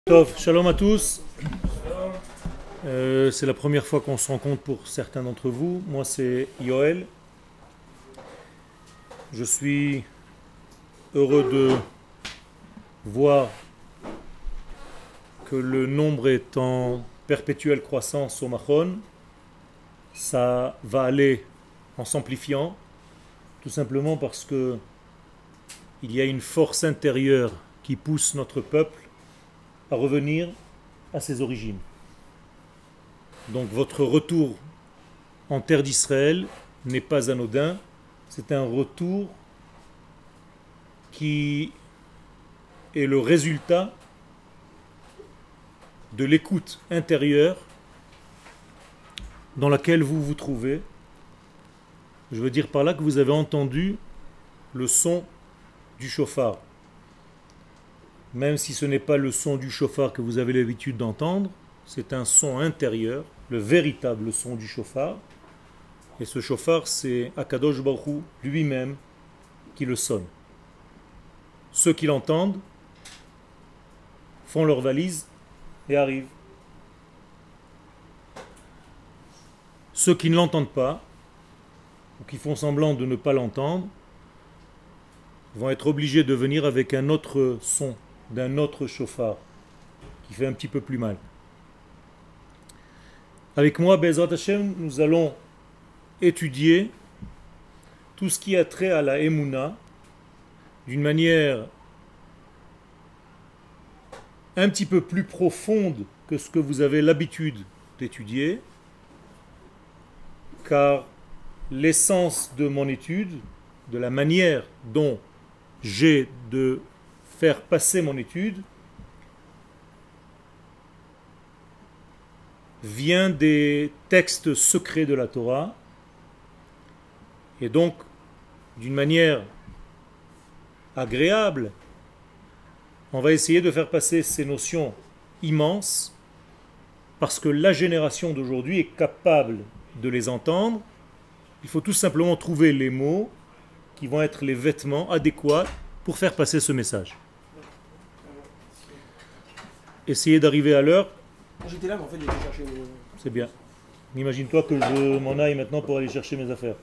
Tov, shalom à tous. C'est la première fois qu'on se rencontre pour certains d'entre vous. Moi, c'est Yoel. Je suis heureux de voir que le nombre est en perpétuelle croissance au Machon. Ça va aller en s'amplifiant, tout simplement parce que il y a une force intérieure qui pousse notre peuple à revenir à ses origines. Donc votre retour en terre d'Israël n'est pas anodin, c'est un retour qui est le résultat de l'écoute intérieure dans laquelle vous vous trouvez. Je veux dire par là que vous avez entendu le son du chauffard. Même si ce n'est pas le son du chauffard que vous avez l'habitude d'entendre, c'est un son intérieur, le véritable son du chauffard. Et ce chauffard, c'est Akadosh Baruch Hu lui-même qui le sonne. Ceux qui l'entendent font leur valise et arrivent. Ceux qui ne l'entendent pas, ou qui font semblant de ne pas l'entendre, vont être obligés de venir avec un autre son, d'un autre chauffard, qui fait un petit peu plus mal. Avec moi, Be'ezrat Hashem, nous allons étudier tout ce qui a trait à la Emouna d'une manière un petit peu plus profonde que ce que vous avez l'habitude d'étudier, car l'essence de mon étude, de la manière dont j'ai de faire passer mon étude, vient des textes secrets de la Torah, et donc d'une manière agréable, on va essayer de faire passer ces notions immenses, parce que la génération d'aujourd'hui est capable de les entendre. Il faut tout simplement trouver les mots qui vont être les vêtements adéquats pour faire passer ce message. Essayez d'arriver à l'heure. J'étais là, mais en fait, j'étais chercher. C'est bien. Imagine-toi que je m'en aille maintenant pour aller chercher mes affaires.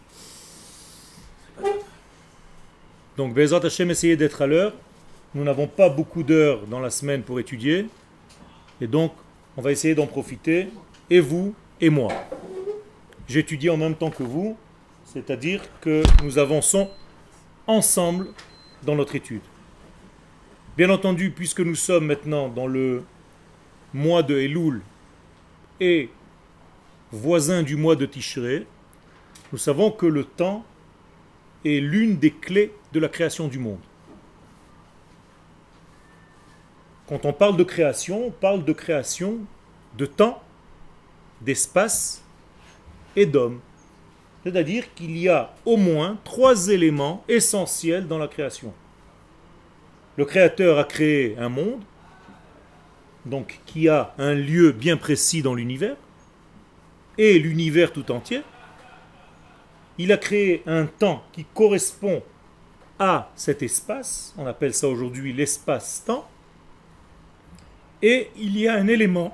Donc, Be'ezrat Hashem, essayez d'être à l'heure. Nous n'avons pas beaucoup d'heures dans la semaine pour étudier. Et donc, on va essayer d'en profiter. Et vous, et moi. J'étudie en même temps que vous. C'est-à-dire que nous avançons ensemble dans notre étude. Bien entendu, puisque nous sommes maintenant dans le mois de Elul et voisin du mois de Tishré, nous savons que le temps est l'une des clés de la création du monde. Quand on parle on parle de création de temps, d'espace et d'homme. C'est-à-dire qu'il y a au moins 3 éléments essentiels dans la création. Le Créateur a créé un monde, donc qui a un lieu bien précis dans l'univers, et l'univers tout entier. Il a créé un temps qui correspond à cet espace, on appelle ça aujourd'hui l'espace-temps, et il y a un élément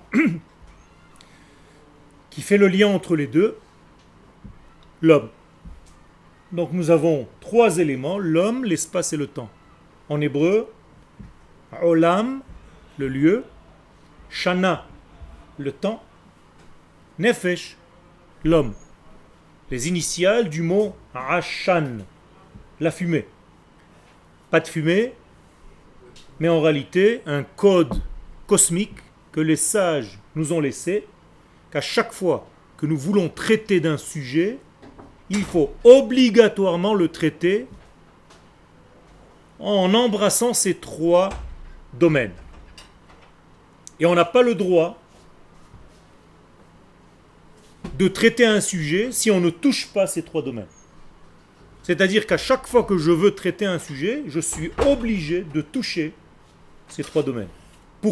qui fait le lien entre les deux, l'homme. Donc nous avons 3 éléments, l'homme, l'espace et le temps. En hébreu, Olam, le lieu, Shana, le temps, Nefesh, l'homme. Les initiales du mot Ashan, la fumée. Pas de fumée, mais en réalité un code cosmique que les sages nous ont laissé, qu'à chaque fois que nous voulons traiter d'un sujet, il faut obligatoirement le traiter en embrassant ces 3 domaines. Et on n'a pas le droit de traiter un sujet si on ne touche pas ces 3 domaines. C'est-à-dire qu'à chaque fois que je veux traiter un sujet, je suis obligé de toucher ces 3 domaines. Pourquoi ?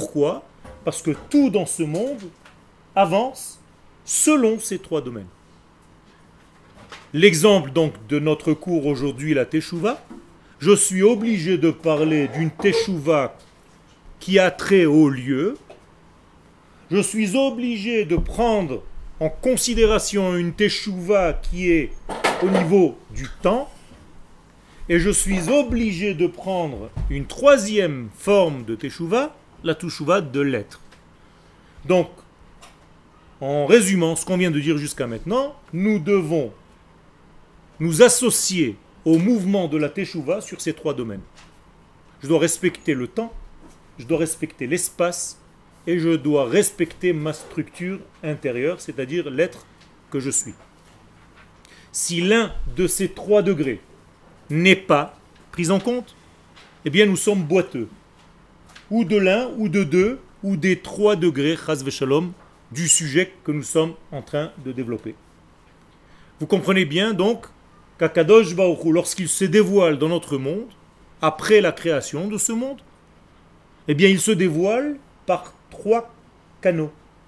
Parce que tout dans ce monde avance selon ces 3 domaines. L'exemple donc de notre cours aujourd'hui, la Teshuvah, je suis obligé de parler d'une Teshuvah qui a trait au lieu, je suis obligé de prendre en considération une teshuva qui est au niveau du temps, et je suis obligé de prendre une troisième forme de teshuva, la teshuva de l'être. Donc, en résumant ce qu'on vient de dire jusqu'à maintenant, nous devons nous associer au mouvement de la teshuva sur ces trois domaines. Je dois respecter le temps, je dois respecter l'espace et je dois respecter ma structure intérieure, c'est-à-dire l'être que je suis. Si l'un de ces trois degrés n'est pas pris en compte, eh bien nous sommes boiteux. Ou de l'un, ou de deux, ou des trois degrés, chas v'shalom, du sujet que nous sommes en train de développer. Vous comprenez bien donc qu'Akadosh Baruch Hu, lorsqu'il se dévoile dans notre monde, après la création de ce monde, eh bien il se dévoile par trois canaux,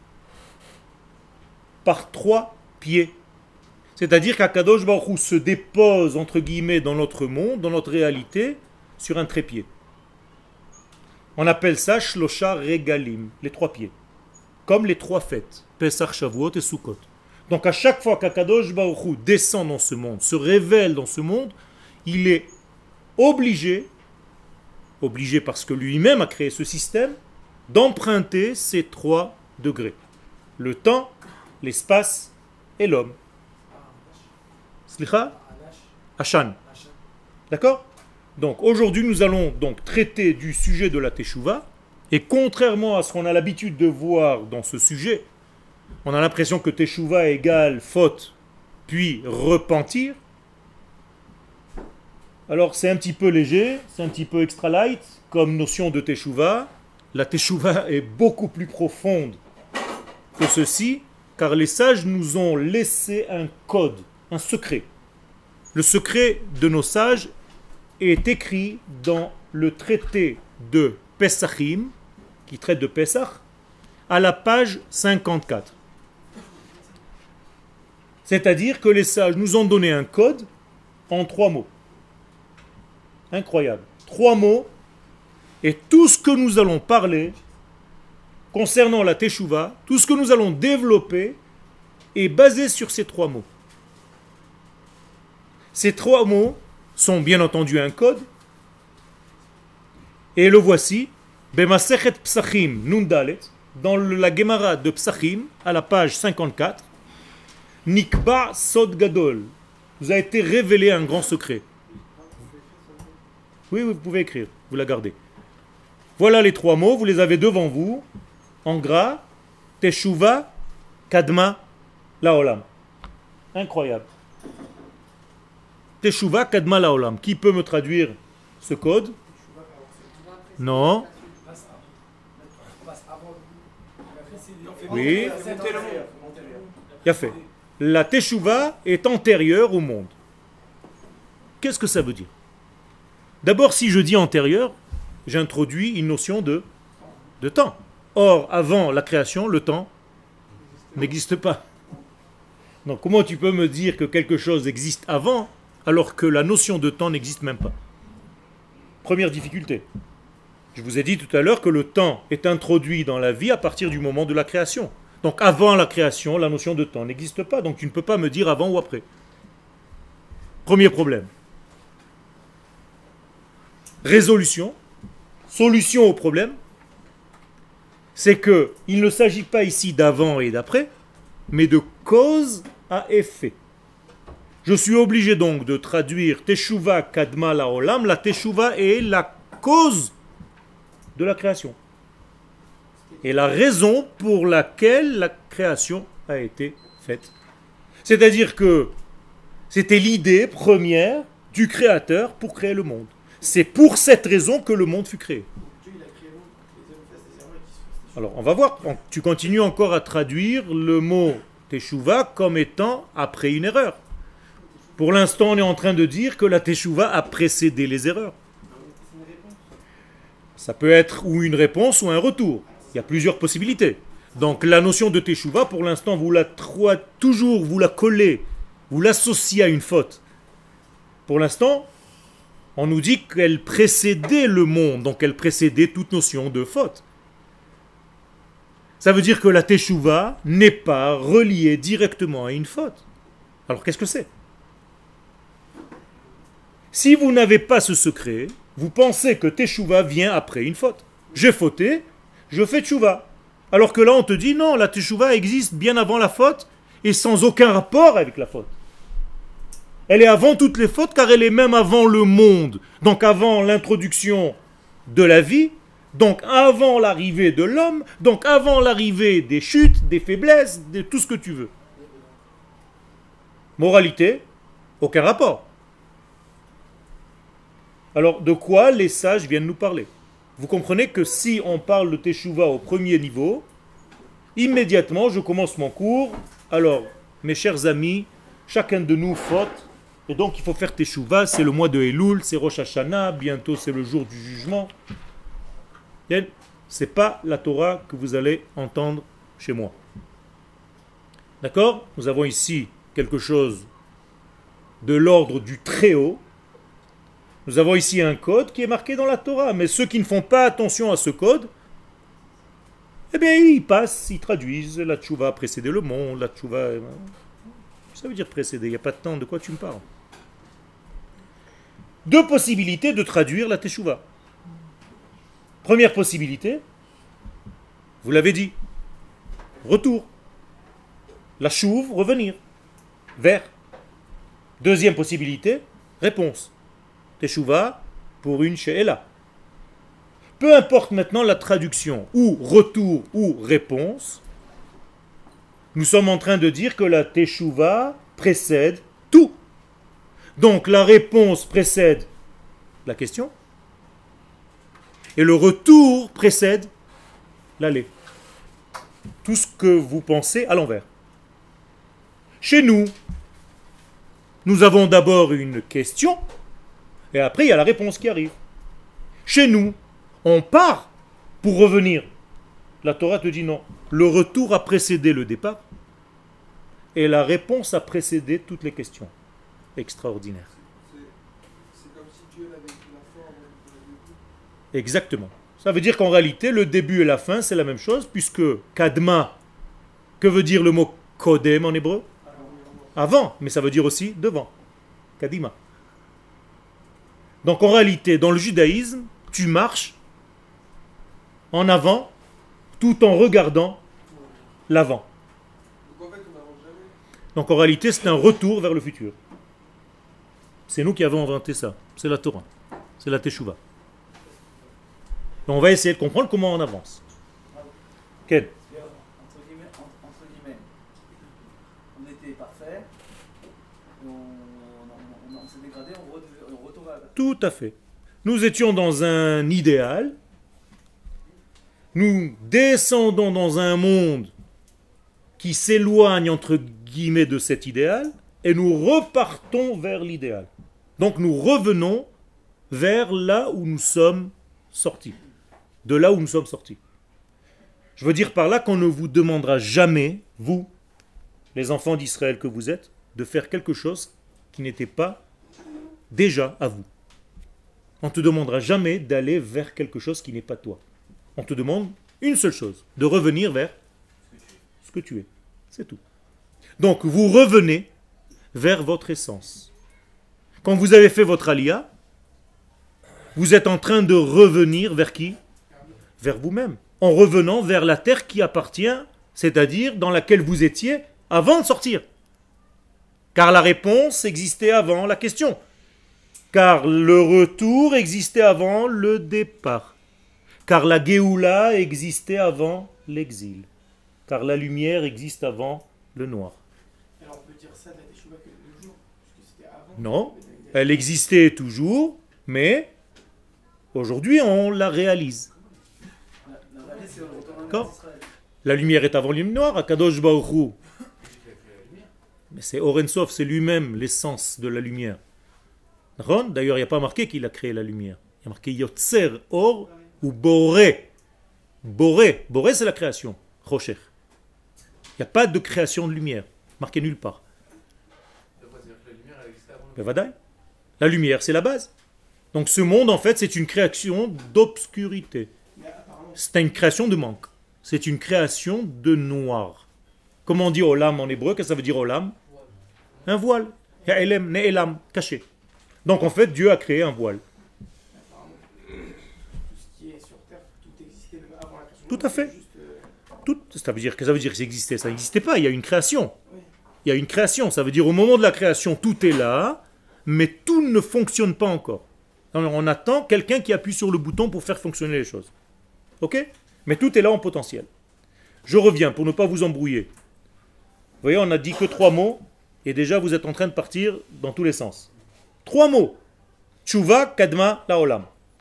par trois pieds. C'est-à-dire qu'Akadosh Baruch Hu se dépose, entre guillemets, dans notre monde, dans notre réalité, sur un trépied. On appelle ça Shlosha Regalim, les trois pieds. Comme les trois fêtes, Pesach, Shavuot et Sukkot. Donc à chaque fois qu'Akadosh Baruch Hu descend dans ce monde, se révèle dans ce monde, il est obligé parce que lui-même a créé ce système, d'emprunter ces trois degrés. Le temps, l'espace et l'homme. Slicha? Hashan. D'accord? Donc aujourd'hui nous allons donc traiter du sujet de la Teshuvah, et contrairement à ce qu'on a l'habitude de voir dans ce sujet, on a l'impression que Teshuvah égale faute, puis repentir. Alors c'est un petit peu léger, c'est un petit peu extra light comme notion de Teshuvah. La Teshuvah est beaucoup plus profonde que ceci, car les sages nous ont laissé un code, un secret. Le secret de nos sages est écrit dans le traité de Pesachim, qui traite de Pesach, à la page 54. C'est-à-dire que les sages nous ont donné un code en 3 mots. Incroyable. 3 mots, et tout ce que nous allons parler concernant la Teshuvah, tout ce que nous allons développer est basé sur ces 3 mots. Ces 3 mots sont bien entendu un code, et le voici, B'masechet Psachim Nundalet, dans la Gemara de Psachim, à la page 54, Nikba Sod Gadol, vous a été révélé un grand secret. Oui, vous pouvez écrire, vous la gardez. Voilà les 3 mots, vous les avez devant vous, en gras, Teshuvah, Kadma, Laolam. Incroyable. Teshuvah, Kadma, Laolam. Qui peut me traduire ce code? Non. Oui. Il a fait. La Teshuvah est antérieure au monde. Qu'est-ce que ça veut dire? D'abord, si je dis antérieur, j'introduis une notion de temps. Or, avant la création, le temps n'existe pas. Donc, comment tu peux me dire que quelque chose existe avant, alors que la notion de temps n'existe même pas? Première difficulté. Je vous ai dit tout à l'heure que le temps est introduit dans la vie à partir du moment de la création. Donc, avant la création, la notion de temps n'existe pas. Donc, tu ne peux pas me dire avant ou après. Premier problème. Résolution, solution au problème, c'est que il ne s'agit pas ici d'avant et d'après, mais de cause à effet. Je suis obligé donc de traduire Teshuvah Kadma Laolam. La Teshuvah est la cause de la création. Et la raison pour laquelle la création a été faite. C'est-à-dire que c'était l'idée première du Créateur pour créer le monde. C'est pour cette raison que le monde fut créé. Alors, on va voir. Tu continues encore à traduire le mot Teshuvah comme étant après une erreur. Pour l'instant, on est en train de dire que la Teshuvah a précédé les erreurs. Ça peut être ou une réponse ou un retour. Il y a plusieurs possibilités. Donc, la notion de Teshuvah, pour l'instant, vous la collez, vous l'associez à une faute. Pour l'instant, On nous dit qu'elle précédait le monde, donc elle précédait toute notion de faute. Ça veut dire que la teshuva n'est pas reliée directement à une faute. Alors qu'est-ce que c'est? Si vous n'avez pas ce secret, vous pensez que teshuva vient après une faute. J'ai fauté, je fais teshuva. Alors que là on te dit non, la teshuva existe bien avant la faute et sans aucun rapport avec la faute. Elle est avant toutes les fautes car elle est même avant le monde. Donc avant l'introduction de la vie, donc avant l'arrivée de l'homme, donc avant l'arrivée des chutes, des faiblesses, de tout ce que tu veux. Moralité, aucun rapport. Alors de quoi les sages viennent nous parler? Vous comprenez que si on parle de Teshuvah au premier niveau, immédiatement je commence mon cours. Alors, mes chers amis, chacun de nous faute, et donc il faut faire Teshuvah, c'est le mois de Elul, c'est Rosh Hashanah, bientôt c'est le jour du jugement. C'est pas la Torah que vous allez entendre chez moi. D'accord? Nous avons ici quelque chose de l'ordre du Très-Haut. Nous avons ici un code qui est marqué dans la Torah, mais ceux qui ne font pas attention à ce code, eh bien ils passent, ils traduisent, la tchouva a précédé le monde, la tchouva... Ça veut dire précéder, il n'y a pas de temps, de quoi tu me parles? Deux possibilités de traduire la teshuva. Première possibilité, vous l'avez dit, retour. La chouve, revenir, vers. Deuxième possibilité, réponse. Teshuva pour une she'ela. Peu importe maintenant la traduction, ou retour ou réponse, nous sommes en train de dire que la teshuva précède tout. Donc la réponse précède la question, et le retour précède l'aller. Tout ce que vous pensez à l'envers. Chez nous, nous avons d'abord une question, et après il y a la réponse qui arrive. Chez nous, on part pour revenir. La Torah te dit non. Le retour a précédé le départ, et la réponse a précédé toutes les questions. Extraordinaire. C'est comme si Dieu avait pris la forme de la début. Exactement. Ça veut dire qu'en réalité, le début et la fin, c'est la même chose, puisque Kadma, que veut dire le mot Kodem en hébreu? Avant, mais ça veut dire aussi devant. Kadima. Donc en réalité, dans le judaïsme, tu marches en avant tout en regardant l'avant. Donc en fait, on n'avance jamais. Donc en réalité, c'est un retour vers le futur. C'est nous qui avons inventé ça. C'est la Torah. C'est la Teshuvah. On va essayer de comprendre comment on avance. Quel? Entre guillemets, on était parfait, on s'est dégradé, on retourne à la... Tout à fait. Nous étions dans un idéal. Nous descendons dans un monde qui s'éloigne entre guillemets de cet idéal et nous repartons vers l'idéal. Donc nous revenons vers là où nous sommes sortis. De là où nous sommes sortis. Je veux dire par là qu'on ne vous demandera jamais, vous, les enfants d'Israël que vous êtes, de faire quelque chose qui n'était pas déjà à vous. On ne te demandera jamais d'aller vers quelque chose qui n'est pas toi. On te demande une seule chose, de revenir vers ce que tu es. C'est tout. Donc vous revenez vers votre essence. Quand vous avez fait votre alia, vous êtes en train de revenir vers qui? Vers vous-même. En revenant vers la terre qui appartient, c'est-à-dire dans laquelle vous étiez avant de sortir. Car la réponse existait avant la question. Car le retour existait avant le départ. Car la Géoula existait avant l'exil. Car la lumière existe avant le noir. Alors on peut dire ça de la Teshuvah que le jour, puisque c'était avant. Non, elle existait toujours, mais aujourd'hui on la réalise. La réalité, c'est le retour D'accord. d'Israël. La lumière est avant le noir, Akadosh Baruch Hu. Mais c'est Oren Sof, c'est lui-même l'essence de la lumière. D'ailleurs, il n'y a pas marqué qu'il a créé la lumière. Il y a marqué Yotzer Or ou Boré. Boré, Boré c'est la création. Rocher. Il n'y a pas de création de lumière. Marqué nulle part. C'est-à-dire que la lumière, elle existait avant le... Mais vadaï. La lumière, c'est la base. Donc ce monde, en fait, c'est une création d'obscurité. Mais apparemment, C'est une création de manque. C'est une création de noir. Comment on dit olam en hébreu? Qu'est-ce que ça veut dire olam? Un voile. Ha'elem, ne'elam, caché. Donc en fait, Dieu a créé un voile. apparemment, tout ce qui est sur Terre, tout existait même avant la création. Tout à fait. C'est juste, Tout, ça veut dire que ça existait. Ça n'existait pas. Il y a une création. oui. Il y a une création. Ça veut dire au moment de la création, tout est là, mais tout ne fonctionne pas encore. Alors, on attend quelqu'un qui appuie sur le bouton pour faire fonctionner les choses. Ok? Mais tout est là en potentiel. Je reviens pour ne pas vous embrouiller. Vous voyez, on n'a dit que 3 mots, et déjà vous êtes en train de partir dans tous les sens. 3 mots. Tshuva, Kadma, Laolam.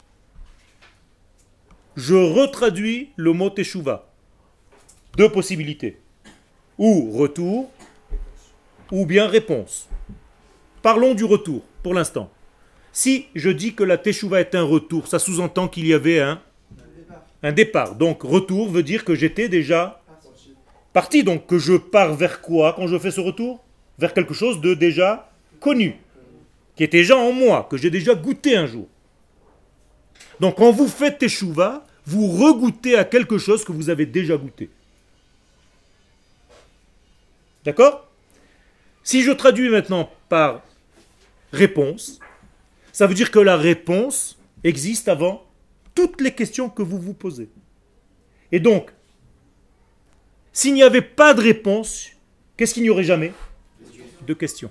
Je retraduis le mot Teshuva. 2 possibilités. Ou retour, ou bien réponse. Parlons du retour, pour l'instant. Si je dis que la Teshuva est un retour, ça sous-entend qu'il y avait un départ. Donc retour veut dire que j'étais déjà parti. Donc que je pars vers quoi quand je fais ce retour? Vers quelque chose de déjà connu, qui est déjà en moi, que j'ai déjà goûté un jour. Donc quand vous faites Teshuva, vous regoûtez à quelque chose que vous avez déjà goûté. D'accord? Si je traduis maintenant par réponse, ça veut dire que la réponse existe avant toutes les questions que vous vous posez. Et donc, s'il n'y avait pas de réponse, qu'est-ce qu'il n'y aurait jamais? De questions.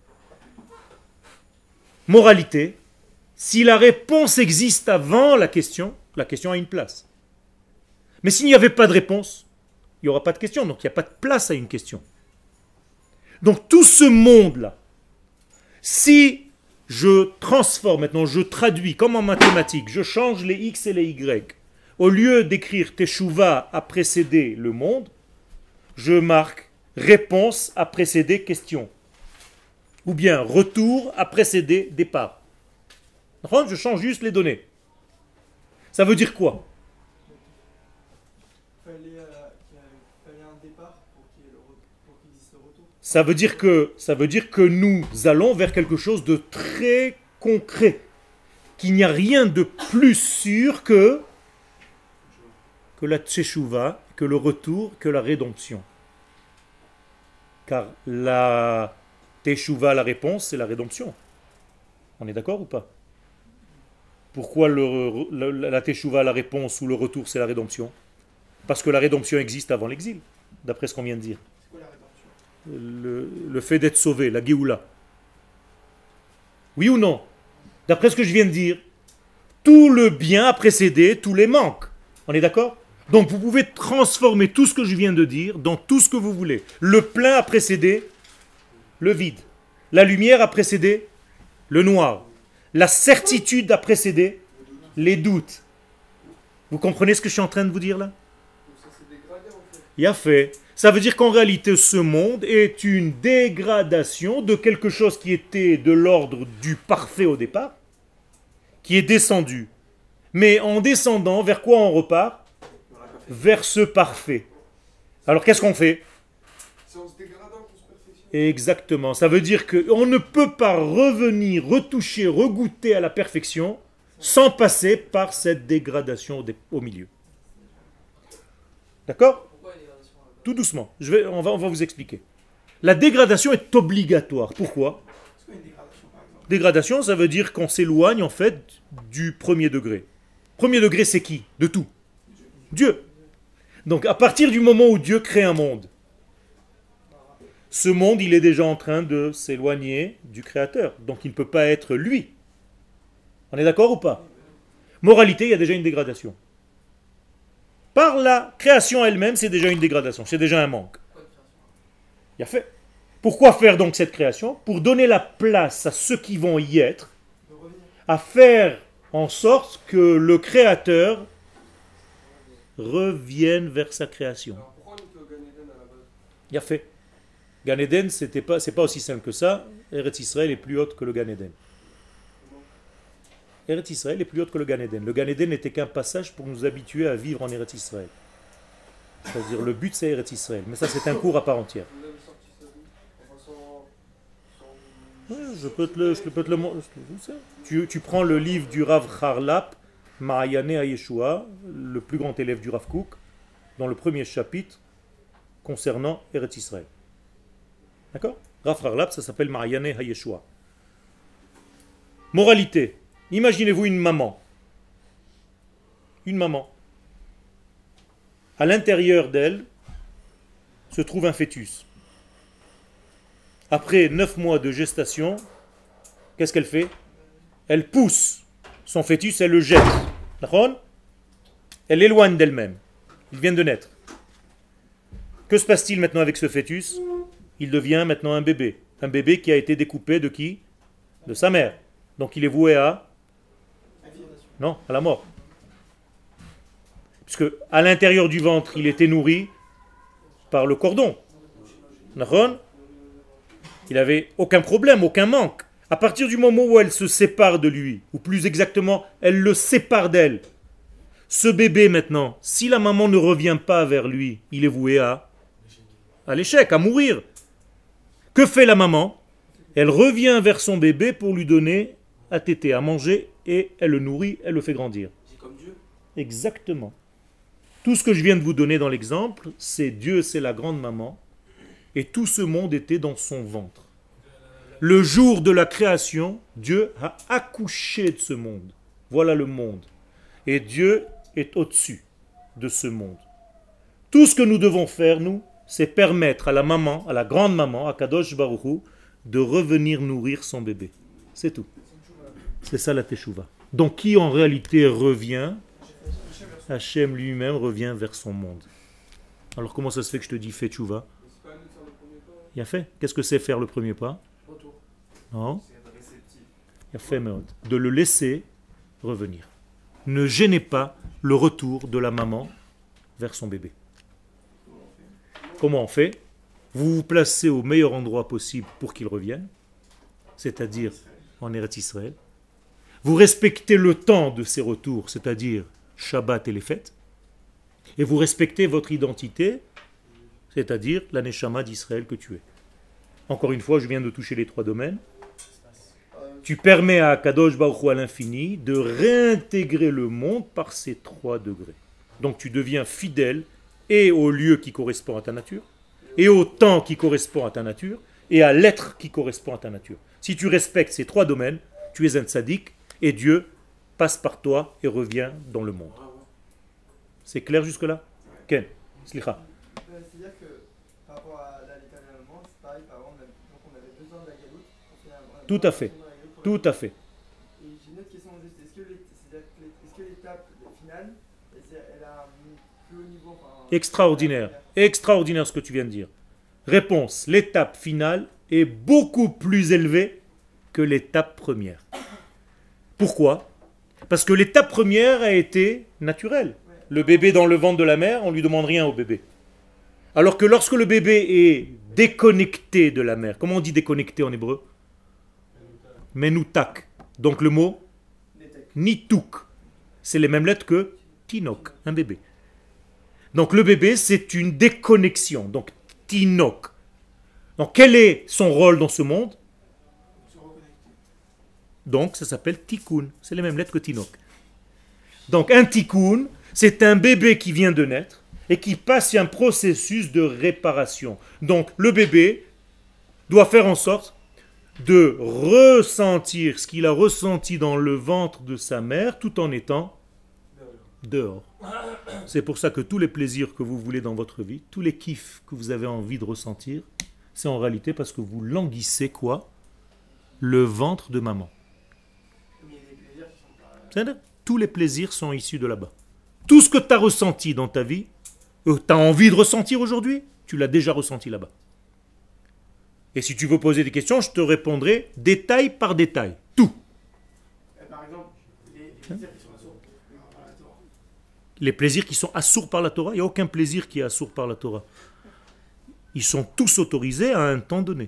Moralité, si la réponse existe avant la question a une place. Mais s'il n'y avait pas de réponse, il n'y aura pas de question, donc il n'y a pas de place à une question. Donc tout ce monde-là, si je transforme maintenant, je traduis comme en mathématiques, je change les x et les y, au lieu d'écrire Teshuva a précédé le monde, je marque réponse a précédé question. Ou bien retour a précédé départ. Je change juste les données. Ça veut dire quoi? Qu'il fallait un départ pour qu'il existe le retour. Ça veut dire que nous allons vers quelque chose de très concret. Qu'il n'y a rien de plus sûr que la teshuvah, que le retour, que la rédemption. Car la teshuvah, la réponse, c'est la rédemption. On est d'accord ou pas? Pourquoi la teshuvah, la réponse ou le retour, c'est la rédemption? Parce que la rédemption existe avant l'exil, d'après ce qu'on vient de dire. C'est quoi la rédemption? Le fait d'être sauvé, la Géoula. Oui ou non? D'après ce que je viens de dire, tout le bien a précédé tous les manques. On est d'accord? Donc vous pouvez transformer tout ce que je viens de dire dans tout ce que vous voulez. Le plein a précédé le vide. La lumière a précédé le noir. La certitude a précédé les doutes. Vous comprenez ce que je suis en train de vous dire là? Donc ça s'est dégradé en fait. Il a fait. Ça veut dire qu'en réalité, ce monde est une dégradation de quelque chose qui était de l'ordre du parfait au départ, qui est descendu. Mais en descendant, vers quoi on repart? Vers ce parfait. Alors qu'est-ce qu'on fait? C'est en se dégradant qu'on se perfectionne. Exactement. Ça veut dire qu'on ne peut pas revenir, retoucher, regoûter à la perfection sans passer par cette dégradation au milieu. D'accord? Pourquoi une dégradation là-bas? Tout doucement. On va vous expliquer. La dégradation est obligatoire. Pourquoi? C'est quoi une dégradation par exemple? Dégradation, ça veut dire qu'on s'éloigne en fait du premier degré. Premier degré, c'est qui? De tout. Dieu. Donc à partir du moment où Dieu crée un monde, ce monde, il est déjà en train de s'éloigner du Créateur. Donc il ne peut pas être lui. On est d'accord ou pas? Moralité, il y a déjà une dégradation. Par la création elle-même, c'est déjà une dégradation, c'est déjà un manque. Il y a fait. Pourquoi faire donc cette création? Pour donner la place à ceux qui vont y être, De revenir. à faire en sorte que le Créateur revienne vers sa création. Alors pourquoi on était au Gan Eden à la base? Il y a fait. Gan Eden, c'est pas aussi simple que ça. Eretz Israël est plus haute que le Gan Eden. Eretz Israël est plus haute que le Gan Eden. Le Gan Eden n'était qu'un passage pour nous habituer à vivre en Eretz Israël. C'est-à-dire le but c'est Eretz Israël. Mais ça c'est un cours à part entière. Vous avez sorti ça d'où? Enfin sans Ouais, je sais. Tu prends le livre du Rav Harlap, Ma'ayane Yeshua, le plus grand élève du Rav Kook, dans le premier chapitre concernant Eretz Israël. D'accord? Rav Harlap, ça s'appelle Ma'ayane Yeshua. Moralité. Imaginez-vous une maman. Une maman. À l'intérieur d'elle se trouve un fœtus. Après 9 mois de gestation, qu'est-ce qu'elle fait? Elle pousse son fœtus, elle le jette. D'accord? Elle l'éloigne d'elle-même. Il vient de naître. Que se passe-t-il maintenant avec ce fœtus? Il devient maintenant un bébé. Un bébé qui a été découpé de qui? De sa mère. Donc il est voué à... Non, à la mort. Puisque à l'intérieur du ventre, il était nourri par le cordon. D'accord? Il n'avait aucun problème, aucun manque. À partir du moment où elle se sépare de lui, ou plus exactement, elle le sépare d'elle, ce bébé maintenant, si la maman ne revient pas vers lui, il est voué à l'échec, à mourir. Que fait la maman? Elle revient vers son bébé pour lui donner à téter, à manger, et elle le nourrit, elle le fait grandir. C'est comme Dieu. Exactement. Tout ce que je viens de vous donner dans l'exemple, c'est Dieu, c'est la grande maman, et tout ce monde était dans son ventre. Le jour de la création, Dieu a accouché de ce monde. Voilà le monde. Et Dieu est au-dessus de ce monde. Tout ce que nous devons faire, nous, c'est permettre à la maman, à la grande maman, à Kadosh Baruch Hu, de revenir nourrir son bébé. C'est tout. C'est ça la teshuva. Donc qui en réalité revient? Hachem lui-même revient vers son monde. Alors comment ça se fait que je te dis fais teshuva? Il a fait. Qu'est-ce que c'est faire le premier pas? Non. Il a fait de le laisser revenir. Ne gênez pas le retour de la maman vers son bébé. Comment on fait? Vous vous placez au meilleur endroit possible pour qu'il revienne, c'est-à-dire en Eretz Israël. Vous respectez le temps de ses retours, c'est-à-dire Shabbat et les fêtes. Et vous respectez votre identité, c'est-à-dire la Neshama d'Israël que tu es. Encore une fois, je viens de toucher les 3 domaines. Tu permets à Kadosh Baruch Hu à l'infini de réintégrer le monde par ces 3 degrés. Donc tu deviens fidèle et au lieu qui correspond à ta nature, et au temps qui correspond à ta nature, et à l'être qui correspond à ta nature. Si tu respectes ces 3 domaines, tu es un tzaddik, et Dieu passe par toi et revient dans le monde. C'est clair jusque-là? Ken, slicha. C'est-à-dire que par rapport à l'éternellement, c'est pareil, par exemple, donc on avait besoin de la galoute pour faire un... Tout à fait. Tout à fait. Et j'ai une autre question juste, est-ce que l'étape finale, elle a un plus haut niveau, enfin, Extraordinaire. Extraordinaire ce que tu viens de dire. Réponse. L'étape finale est beaucoup plus élevée que l'étape première. Pourquoi? Parce que l'étape première a été naturelle. Le bébé dans le ventre de la mère, on ne lui demande rien au bébé. Alors que lorsque le bébé est déconnecté de la mère, comment on dit déconnecté en hébreu? Menoutak. Donc le mot nituk. C'est les mêmes lettres que tinok, un bébé. Donc le bébé, c'est une déconnexion. Donc tinok. Donc quel est son rôle dans ce monde? Donc ça s'appelle tikkun. C'est les mêmes lettres que tinok. Donc un tikkun, c'est un bébé qui vient de naître et qui passe un processus de réparation. Donc le bébé doit faire en sorte de ressentir ce qu'il a ressenti dans le ventre de sa mère tout en étant dehors. C'est pour ça que tous les plaisirs que vous voulez dans votre vie, tous les kiffs que vous avez envie de ressentir, c'est en réalité parce que vous languissez quoi? Le ventre de maman. C'est-à-dire, tous les plaisirs sont issus de là-bas. Tout ce que tu as ressenti dans ta vie, tu as envie de ressentir aujourd'hui, tu l'as déjà ressenti là-bas. Et si tu veux poser des questions, je te répondrai détail par détail. Tout. Par exemple, les plaisirs qui sont assourds par la Torah. Les plaisirs qui sont assourds par la Torah, il n'y a aucun plaisir qui est assourd par la Torah. Ils sont tous autorisés à un temps donné.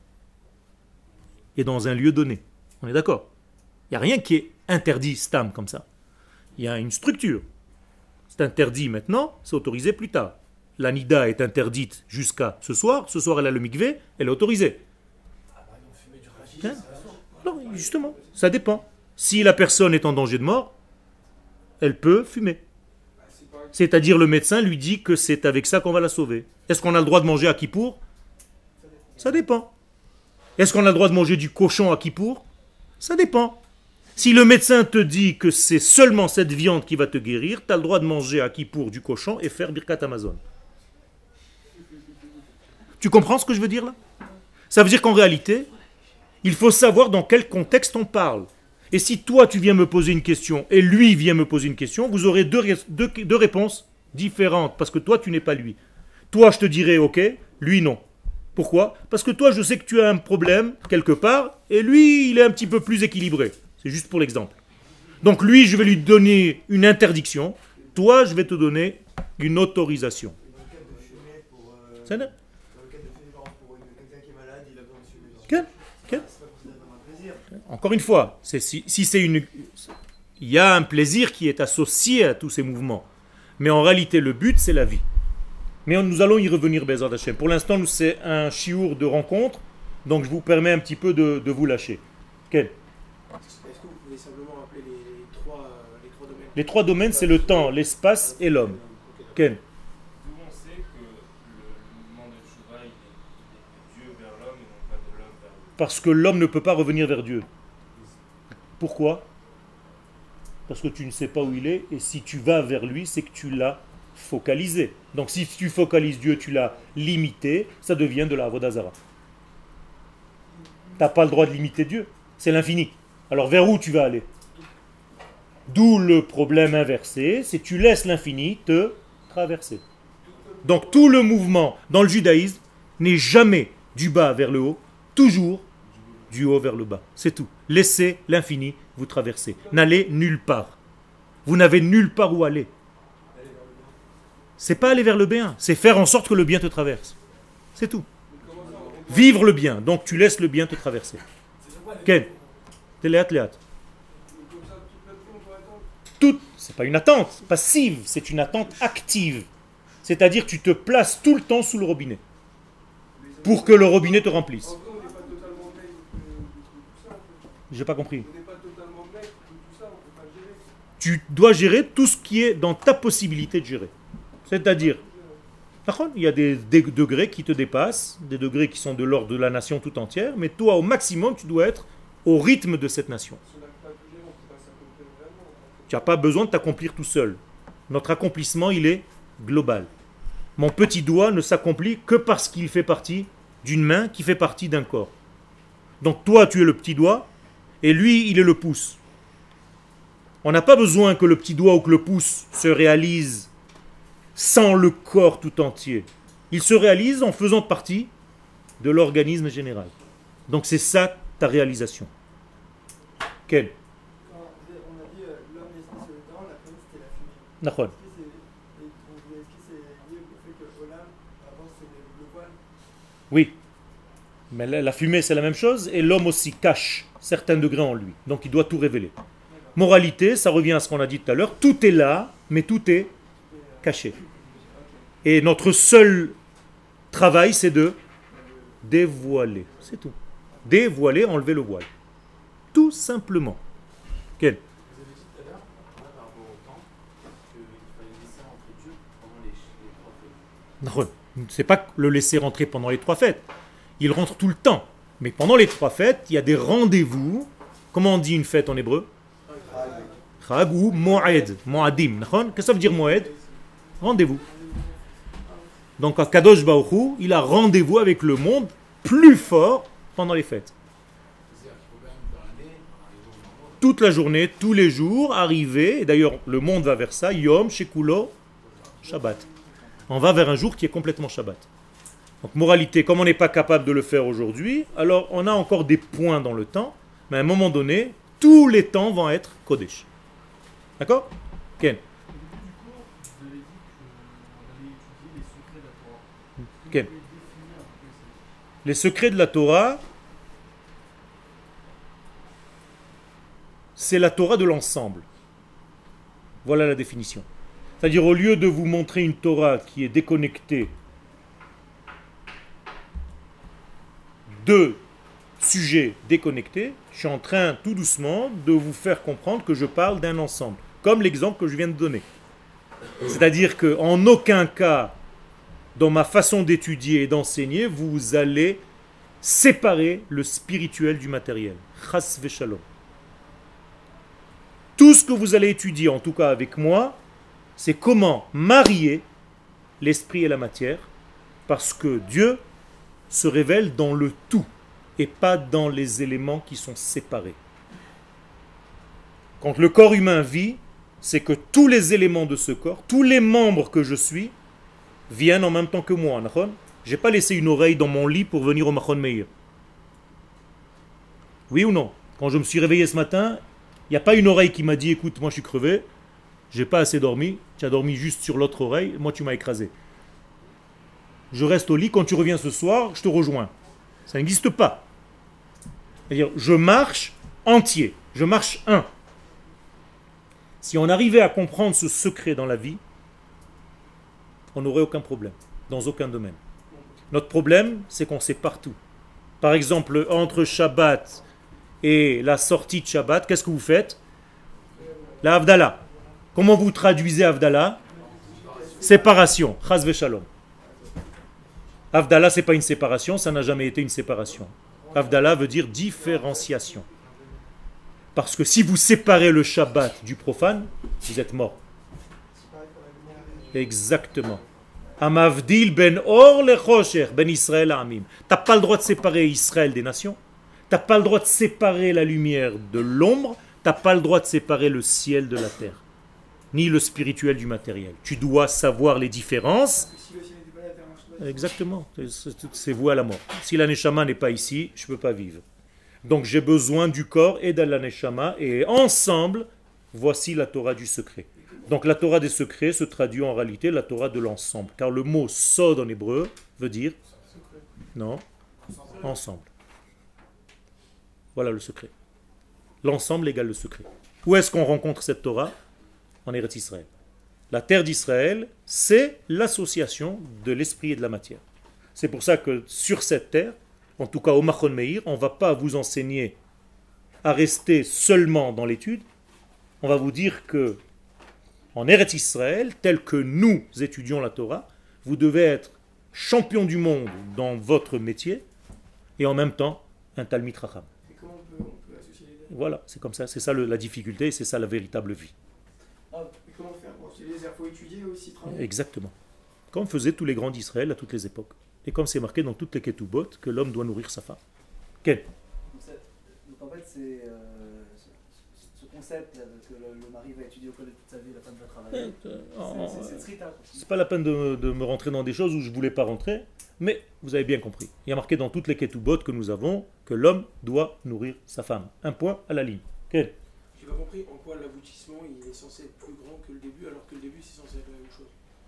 Et dans un lieu donné. On est d'accord? Il n'y a rien qui est interdit, stam, comme ça. Il y a une structure. C'est interdit maintenant, c'est autorisé plus tard. La nida est interdite jusqu'à ce soir. Ce soir, elle a le mikvé, elle est autorisée. Ah bah non, fumer du rachis Hein? Non, justement, ça dépend. Si la personne est en danger de mort, elle peut fumer. C'est-à-dire le médecin lui dit que c'est avec ça qu'on va la sauver. Est-ce qu'on a le droit de manger à Kippour? Ça dépend. Est-ce qu'on a le droit de manger du cochon à Kippour? Ça dépend. Si le médecin te dit que c'est seulement cette viande qui va te guérir, tu as le droit de manger à Kippour du cochon et faire Birkat Amazon. Tu comprends ce que je veux dire là? Ça veut dire qu'en réalité, il faut savoir dans quel contexte on parle. Et si toi tu viens me poser une question et lui vient me poser une question, vous aurez deux réponses différentes parce que toi tu n'es pas lui. Toi je te dirais ok, lui non. Pourquoi? Parce que toi je sais que tu as un problème quelque part et lui il est un petit peu plus équilibré. C'est juste pour l'exemple. Donc lui je vais lui donner une interdiction, toi je vais te donner une autorisation. C'est vrai? Encore une fois, si c'est il y a un plaisir qui est associé à tous ces mouvements. Mais en réalité, le but, c'est la vie. Mais nous allons y revenir, Bezrat Hashem. Pour l'instant, c'est un chiour de rencontre, donc je vous permets un petit peu de vous lâcher. Quel? Est-ce que vous pouvez simplement rappeler les trois domaines? Les trois domaines, c'est le temps, l'espace et l'homme. Quel? D'où on sait que le mouvement de Tchouva, il est de Dieu vers l'homme et non pas de l'homme vers Dieu. Parce que l'homme ne peut pas revenir vers Dieu. Pourquoi? Parce que tu ne sais pas où il est, et si tu vas vers lui, c'est que tu l'as focalisé. Donc si tu focalises Dieu, tu l'as limité, ça devient de la Avodah Zarah. Tu n'as pas le droit de limiter Dieu, c'est l'infini. Alors vers où tu vas aller? D'où le problème inversé, c'est que tu laisses l'infini te traverser. Donc tout le mouvement dans le judaïsme n'est jamais du bas vers le haut, toujours du haut vers le bas. C'est tout. Laissez l'infini vous traverser. N'allez nulle part. Vous n'avez nulle part où aller. C'est pas aller vers le bien, c'est faire en sorte que le bien te traverse. C'est tout. Vivre le bien, donc tu laisses le bien te traverser. Ken, téléat. Tout, c'est pas une attente passive, c'est une attente active. C'est-à-dire que tu te places tout le temps sous le robinet pour que le robinet te remplisse. J'ai pas compris. Tu dois gérer tout ce qui est dans ta possibilité de gérer. C'est-à-dire, il y a des degrés qui te dépassent, des degrés qui sont de l'ordre de la nation tout entière, mais toi, au maximum, tu dois être au rythme de cette nation. Tu n'as pas besoin de t'accomplir tout seul. Notre accomplissement, il est global. Mon petit doigt ne s'accomplit que parce qu'il fait partie d'une main qui fait partie d'un corps. Donc toi, tu es le petit doigt, et lui, il est le pouce. On n'a pas besoin que le petit doigt ou que le pouce se réalise sans le corps tout entier. Il se réalise en faisant partie de l'organisme général. Donc c'est ça ta réalisation. Quel? Quand on a dit l'homme, l'espace et le temps, la première c'était la fumée. Nahon. Est-ce que c'est lié au fait que Olam, avant c'est le voile? Oui. Mais la fumée, c'est la même chose, et l'homme aussi cache certains degrés en lui. Donc il doit tout révéler. Moralité, ça revient à ce qu'on a dit tout à l'heure, tout est là, mais tout est caché. Et notre seul travail, c'est de dévoiler. C'est tout. Dévoiler, enlever le voile. Tout simplement. Quel? Vous avez dit tout à l'heure, par rapport au temps, qu'il fallait laisser entre Dieu pendant les 3 fêtes. C'est pas le laisser rentrer pendant les 3 fêtes. Il rentre tout le temps. Mais pendant les 3 fêtes, il y a des rendez-vous. Comment on dit une fête en hébreu? Chag ou Moed. Moadim. Qu'est-ce que ça veut dire Moed? Rendez-vous. Donc à Kadosh Baruch Hu, il a rendez-vous avec le monde plus fort pendant les fêtes. Toute la journée, tous les jours, arriver, et d'ailleurs le monde va vers ça, Yom, Shekulo, Shabbat. On va vers un jour qui est complètement Shabbat. Donc moralité, comme on n'est pas capable de le faire aujourd'hui, alors on a encore des points dans le temps, mais à un moment donné, tous les temps vont être Kodesh. D'accord? Ken? Ken? Les secrets de la Torah, c'est la Torah de l'ensemble. Voilà la définition. C'est-à-dire, au lieu de vous montrer une Torah qui est déconnectée de sujets déconnectés, je suis en train tout doucement de vous faire comprendre que je parle d'un ensemble, comme l'exemple que je viens de donner. C'est-à-dire qu'en aucun cas, dans ma façon d'étudier et d'enseigner, vous allez séparer le spirituel du matériel. Chas v'shalom. Tout ce que vous allez étudier, en tout cas avec moi, c'est comment marier l'esprit et la matière, parce que Dieu se révèle dans le tout et pas dans les éléments qui sont séparés. Quand le corps humain vit, c'est que tous les éléments de ce corps, tous les membres que je suis, viennent en même temps que moi. Je n'ai pas laissé une oreille dans mon lit pour venir au Machon Meir. Oui ou non? Quand je me suis réveillé ce matin, il n'y a pas une oreille qui m'a dit, écoute, moi je suis crevé, j'ai pas assez dormi, tu as dormi juste sur l'autre oreille, moi tu m'as écrasé. Je reste au lit, quand tu reviens ce soir, je te rejoins. Ça n'existe pas. C'est-à-dire, je marche entier, je marche un. Si on arrivait à comprendre ce secret dans la vie, on n'aurait aucun problème, dans aucun domaine. Notre problème, c'est qu'on sait partout. Par exemple, entre Shabbat et la sortie de Shabbat, qu'est-ce que vous faites? La Havdalah. Comment vous traduisez Havdalah? Séparation. Chas v'shalom. Havdalah, ce n'est pas une séparation, ça n'a jamais été une séparation. Havdalah veut dire différenciation. Parce que si vous séparez le Shabbat du profane, vous êtes mort. Exactement. Amavdil ben or le chosher ben Israël amim. T'as pas le droit de séparer Israël des nations. T'as pas le droit de séparer la lumière de l'ombre. T'as pas le droit de séparer le ciel de la terre, ni le spirituel du matériel. Tu dois savoir les différences. Exactement. C'est voué à la mort. Si la neshama n'est pas ici, je peux pas vivre. Donc j'ai besoin du corps et de la neshama, et ensemble, voici la Torah du secret. Donc la Torah des secrets se traduit en réalité la Torah de l'ensemble. Car le mot sod en hébreu veut dire non, ensemble. Voilà le secret. L'ensemble égale le secret. Où est-ce qu'on rencontre cette Torah? En Eretz Israël. La terre d'Israël, c'est l'association de l'esprit et de la matière. C'est pour ça que sur cette terre, en tout cas au Machon Meir, on ne va pas vous enseigner à rester seulement dans l'étude. On va vous dire que en Eretz Israël, tel que nous étudions la Torah, vous devez être champion du monde dans votre métier et en même temps un Talmid Chacham. Et comment on peut associer les deux? Voilà, c'est comme ça, c'est ça la difficulté et c'est ça la véritable vie. Ah, et comment faire? Bon, il faut étudier aussi, travailler. Exactement. Comme faisaient tous les grands d'Israël à toutes les époques. Et comme c'est marqué dans toutes les Ketubot que l'homme doit nourrir sa femme. Quel? Donc en fait, c'est ce concept là, que le mari va étudier au collège toute sa vie, la femme va travailler. C'est trita. C'est pas la peine de me rentrer dans des choses où je voulais pas rentrer, mais vous avez bien compris. Il y a marqué dans toutes les Ketubot que nous avons que l'homme doit nourrir sa femme. Un point à la ligne. Quel? J'ai pas compris en quoi l'aboutissement il est censé être plus grand que le début, alors que le début c'est censé être la même chose.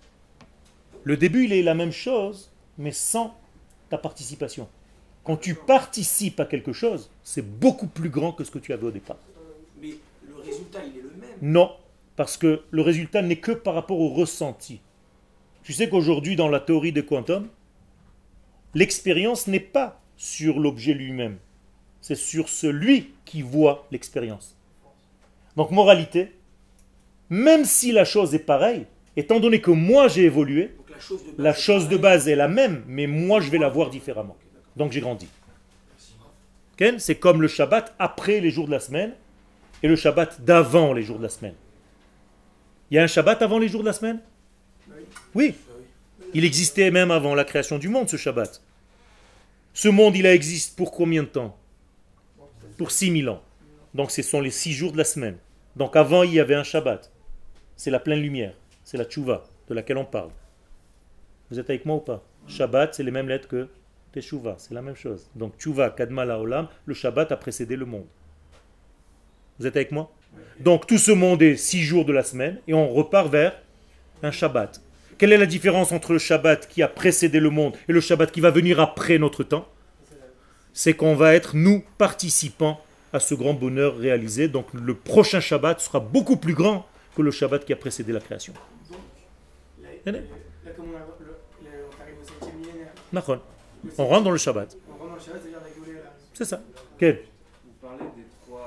Le début, il est la même chose, mais sans ta participation. Quand tu participes à quelque chose, c'est beaucoup plus grand que ce que tu avais au départ. Mais le résultat, il est le même. Non, parce que le résultat n'est que par rapport au ressenti. Tu sais qu'aujourd'hui, dans la théorie des quantum, l'expérience n'est pas sur l'objet lui-même, c'est sur celui qui voit l'expérience. Donc, moralité, même si la chose est pareille, étant donné que moi j'ai évolué, Donc, la chose de base est la même, mais moi je vais la voir différemment. Donc j'ai grandi. Okay? C'est comme le Shabbat après les jours de la semaine et le Shabbat d'avant les jours de la semaine. Il y a un Shabbat avant les jours de la semaine? Oui. Il existait même avant la création du monde, ce Shabbat. Ce monde, il existe pour combien de temps? Pour 6000 ans. Donc ce sont les 6 jours de la semaine. Donc avant, il y avait un Shabbat. C'est la pleine lumière. C'est la tchouva de laquelle on parle. Vous êtes avec moi ou pas? Shabbat, c'est les mêmes lettres que Teshuvah, c'est la même chose. Donc tchouva, kadma laolam, le Shabbat a précédé le monde. Vous êtes avec moi? Donc tout ce monde est 6 jours de la semaine et on repart vers un Shabbat. Quelle est la différence entre le Shabbat qui a précédé le monde et le Shabbat qui va venir après notre temps? C'est qu'on va être, nous, participants à ce grand bonheur réalisé. Donc le prochain Shabbat sera beaucoup plus grand que le Shabbat qui a précédé la création. Donc, là comme on arrive au 7e millénaire, Nachon. On rentre dans le Shabbat. On rentre dans le Shabbat, c'est-à-dire la Géoula et la C'est ça. Quel? Vous parlez des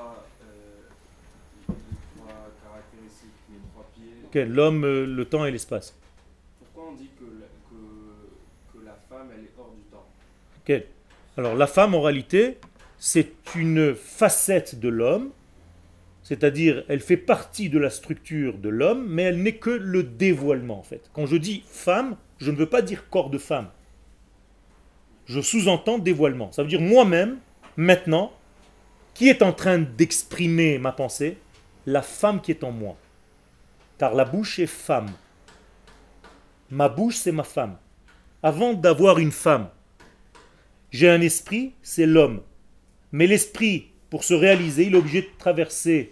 trois caractéristiques, les trois pieds. Quel? L'homme, le temps et l'espace. Pourquoi on dit que la femme, elle est hors du temps? Quel? Alors la femme, en réalité, c'est une facette de l'homme, c'est-à-dire elle fait partie de la structure de l'homme, mais elle n'est que le dévoilement en fait. Quand je dis femme, je ne veux pas dire corps de femme. Je sous-entends dévoilement. Ça veut dire moi-même, maintenant, qui est en train d'exprimer ma pensée? La femme qui est en moi. Car la bouche est femme. Ma bouche, c'est ma femme. Avant d'avoir une femme, j'ai un esprit, c'est l'homme. Mais l'esprit, pour se réaliser, il est obligé de traverser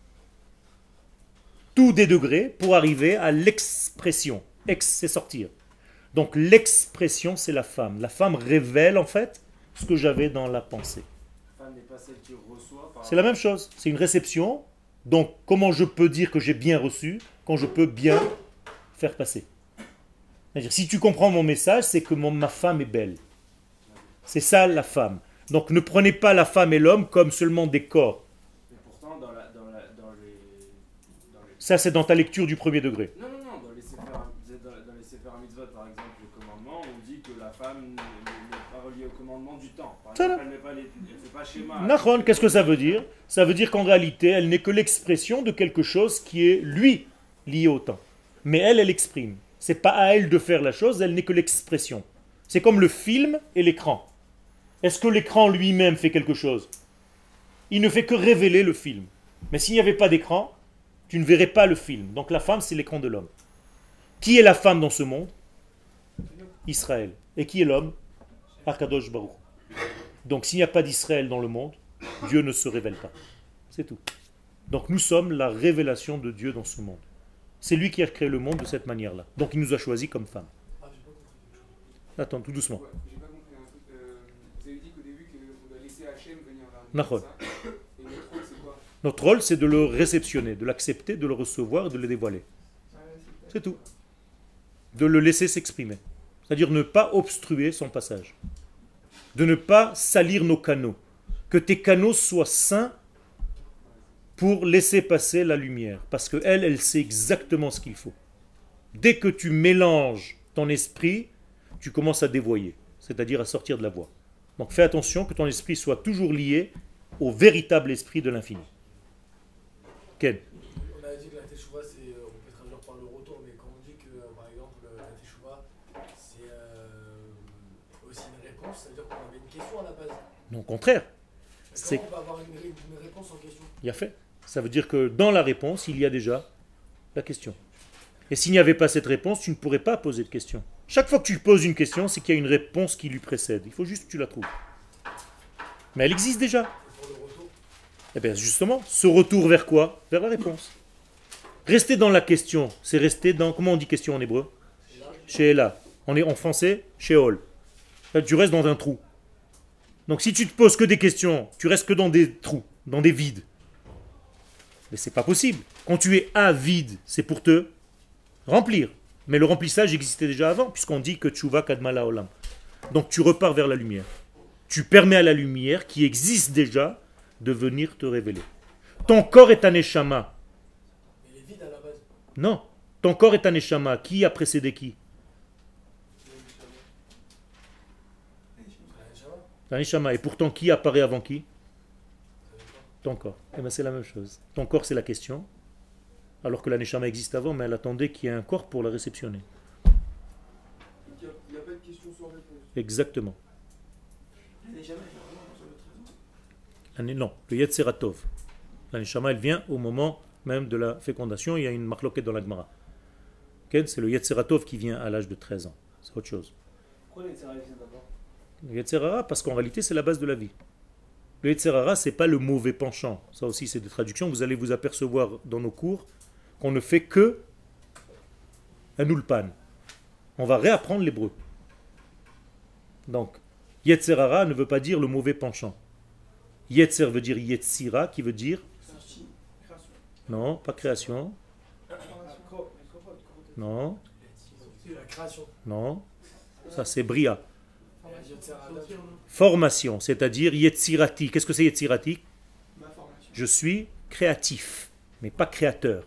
tous des degrés pour arriver à l'expression. Ex, c'est sortir. Donc l'expression, c'est la femme. La femme révèle en fait ce que j'avais dans la pensée. La femme n'est pas celle qui reçoit. C'est la même chose. C'est une réception. Donc comment je peux dire que j'ai bien reçu quand je peux bien faire passer? C'est-à-dire, si tu comprends mon message, c'est que ma femme est belle. C'est ça la femme. Donc ne prenez pas la femme et l'homme comme seulement des corps. Mais pourtant, dans les... Ça, c'est dans ta lecture du premier degré. Non, dans les Sefer Mitzvot, par exemple, le commandement, on dit que la femme n'est pas reliée au commandement du temps. Par exemple, elle ne fait pas schéma. Nahon, qu'est-ce que ça veut dire? Ça veut dire qu'en réalité, elle n'est que l'expression de quelque chose qui est, lui, lié au temps. Mais elle exprime. C'est pas à elle de faire la chose, elle n'est que l'expression. C'est comme le film et l'écran. Est-ce que l'écran lui-même fait quelque chose? Il ne fait que révéler le film. Mais s'il n'y avait pas d'écran, tu ne verrais pas le film. Donc la femme, c'est l'écran de l'homme. Qui est la femme dans ce monde? Israël. Et qui est l'homme? Akadosh Baruch. Donc s'il n'y a pas d'Israël dans le monde, Dieu ne se révèle pas. C'est tout. Donc nous sommes la révélation de Dieu dans ce monde. C'est lui qui a créé le monde de cette manière-là. Donc il nous a choisis comme femmes. Attends, tout doucement. Ouais, j'ai pas compris un truc. Vous avez dit qu'au début qu'on doit laisser Hachem venir vers nous. Nahon. Et notre rôle, c'est quoi? Notre rôle, c'est de le réceptionner, de l'accepter, de le recevoir et de le dévoiler. C'est tout. De le laisser s'exprimer. C'est-à-dire ne pas obstruer son passage. De ne pas salir nos canaux. Que tes canaux soient sains pour laisser passer la lumière. Parce qu'elle, elle sait exactement ce qu'il faut. Dès que tu mélanges ton esprit, tu commences à dévoyer, c'est-à-dire à sortir de la voie. Donc fais attention que ton esprit soit toujours lié au véritable esprit de l'infini. Ken? On a dit que la Teshuvah, on peut traduire par le retour, mais quand on dit que, par exemple, la Teshuvah, c'est aussi une réponse, ça veut dire qu'on avait une question à la base. Non, au contraire. Comment on peut avoir une réponse en question? Il y a fait. Ça veut dire que dans la réponse, il y a déjà la question. Et s'il n'y avait pas cette réponse, tu ne pourrais pas poser de question. Chaque fois que tu poses une question, c'est qu'il y a une réponse qui lui précède. Il faut juste que tu la trouves. Mais elle existe déjà. Et pour le retour? Eh bien justement, ce retour vers quoi? Vers la réponse. Rester dans la question, c'est rester dans... Comment on dit question en hébreu? She'ela. On est en français, Sheol. Là, tu restes dans un trou. Donc si tu te poses que des questions, tu restes que dans des trous, dans des vides. Mais c'est pas possible. Quand tu es à vide, c'est pour te remplir. Mais le remplissage existait déjà avant, puisqu'on dit que Tchouva Kadmala Olam. Donc tu repars vers la lumière. Tu permets à la lumière, qui existe déjà, de venir te révéler. Ton corps est un neshama. Il est vide à la base. Non. Ton corps est un neshama. Qui a précédé qui? Un neshama. Et pourtant, qui apparaît avant qui? Ton corps. Eh bien, c'est la même chose. Ton corps, c'est la question. Alors que la neshama existe avant, mais elle attendait qu'il y ait un corps pour la réceptionner. Il n'y a pas de question sans réponse. Exactement. Elle n'est jamais vraiment sur le 13 ans. Non, le Yetzeratov. La neshama, elle vient au moment même de la fécondation. Il y a une marloquette dans la Gemara. C'est le Yetzeratov qui vient à l'âge de 13 ans. C'est autre chose. Pourquoi les Yetzirah vient d'abord? Le Yetzerara, parce qu'en réalité, c'est la base de la vie. Le Yetzerara, c'est pas le mauvais penchant. Ça aussi, c'est des traductions. Vous allez vous apercevoir dans nos cours qu'on ne fait que un ulpan. On va réapprendre l'hébreu. Donc, Yetzerara ne veut pas dire le mauvais penchant. Yetzer veut dire Yetzira, qui veut dire... Non, pas création. Non. C'est la création. Non. Ça, c'est Bria. Formation, c'est-à-dire Yetzirati. Qu'est-ce que c'est Yetzirati? Ma formation. Je suis créatif, mais pas créateur.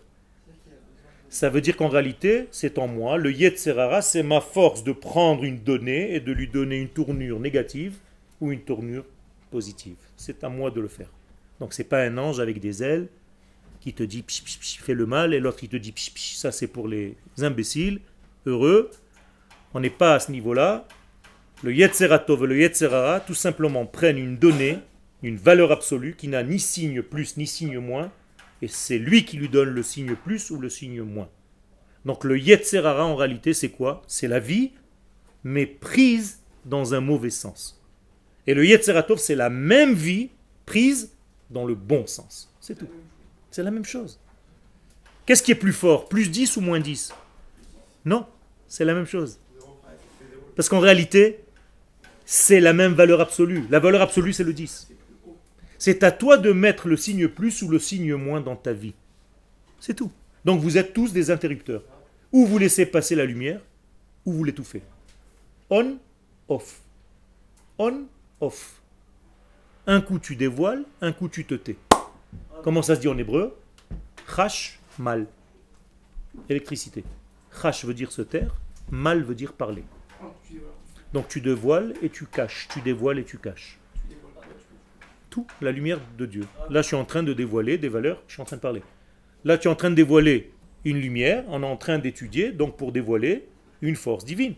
Ça veut dire qu'en réalité, c'est en moi. Le Yetzirara, c'est ma force de prendre une donnée et de lui donner une tournure négative ou une tournure positive. C'est à moi de le faire. Donc c'est pas un ange avec des ailes qui te dit psh, psh, psh, fais le mal et l'autre qui te dit psh, psh, ça c'est pour les imbéciles, heureux. On n'est pas à ce niveau-là. Le Yetzeratov et le Yetzerara tout simplement prennent une donnée, une valeur absolue qui n'a ni signe plus ni signe moins, et c'est lui qui lui donne le signe plus ou le signe moins. Donc le Yetzerara en réalité c'est quoi? C'est la vie, mais prise dans un mauvais sens. Et le Yetzeratov c'est la même vie prise dans le bon sens. C'est tout. C'est la même chose. Qu'est-ce qui est plus fort? Plus 10 ou moins 10? Non, c'est la même chose. Parce qu'en réalité, c'est la même valeur absolue. La valeur absolue, c'est le 10. C'est à toi de mettre le signe plus ou le signe moins dans ta vie. C'est tout. Donc vous êtes tous des interrupteurs. Ou vous laissez passer la lumière, ou vous l'étouffez. On, off. On, off. Un coup tu dévoiles, un coup tu te tais. Comment ça se dit en hébreu? Chash, mal. Électricité. Chash veut dire se taire, mal veut dire parler. Donc tu dévoiles et tu caches, tu dévoiles et tu caches. Tout, la lumière de Dieu. Là, je suis en train de dévoiler des valeurs, je suis en train de parler. Là, tu es en train de dévoiler une lumière, on est en train d'étudier, donc pour dévoiler une force divine.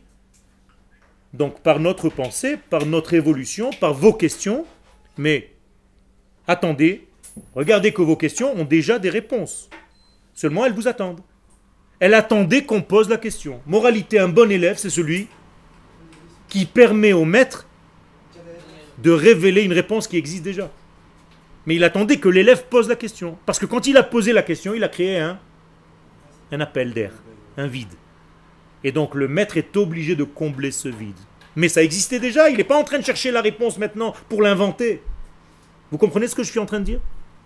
Donc par notre pensée, par notre évolution, par vos questions, mais attendez, regardez que vos questions ont déjà des réponses. Seulement, elles vous attendent. Elles attendaient qu'on pose la question. Moralité, un bon élève, c'est celui qui permet au maître de révéler une réponse qui existe déjà. Mais il attendait que l'élève pose la question. Parce que quand il a posé la question, il a créé un appel d'air, un vide. Et donc le maître est obligé de combler ce vide. Mais ça existait déjà, il n'est pas en train de chercher la réponse maintenant pour l'inventer. Vous comprenez ce que je suis en train de dire?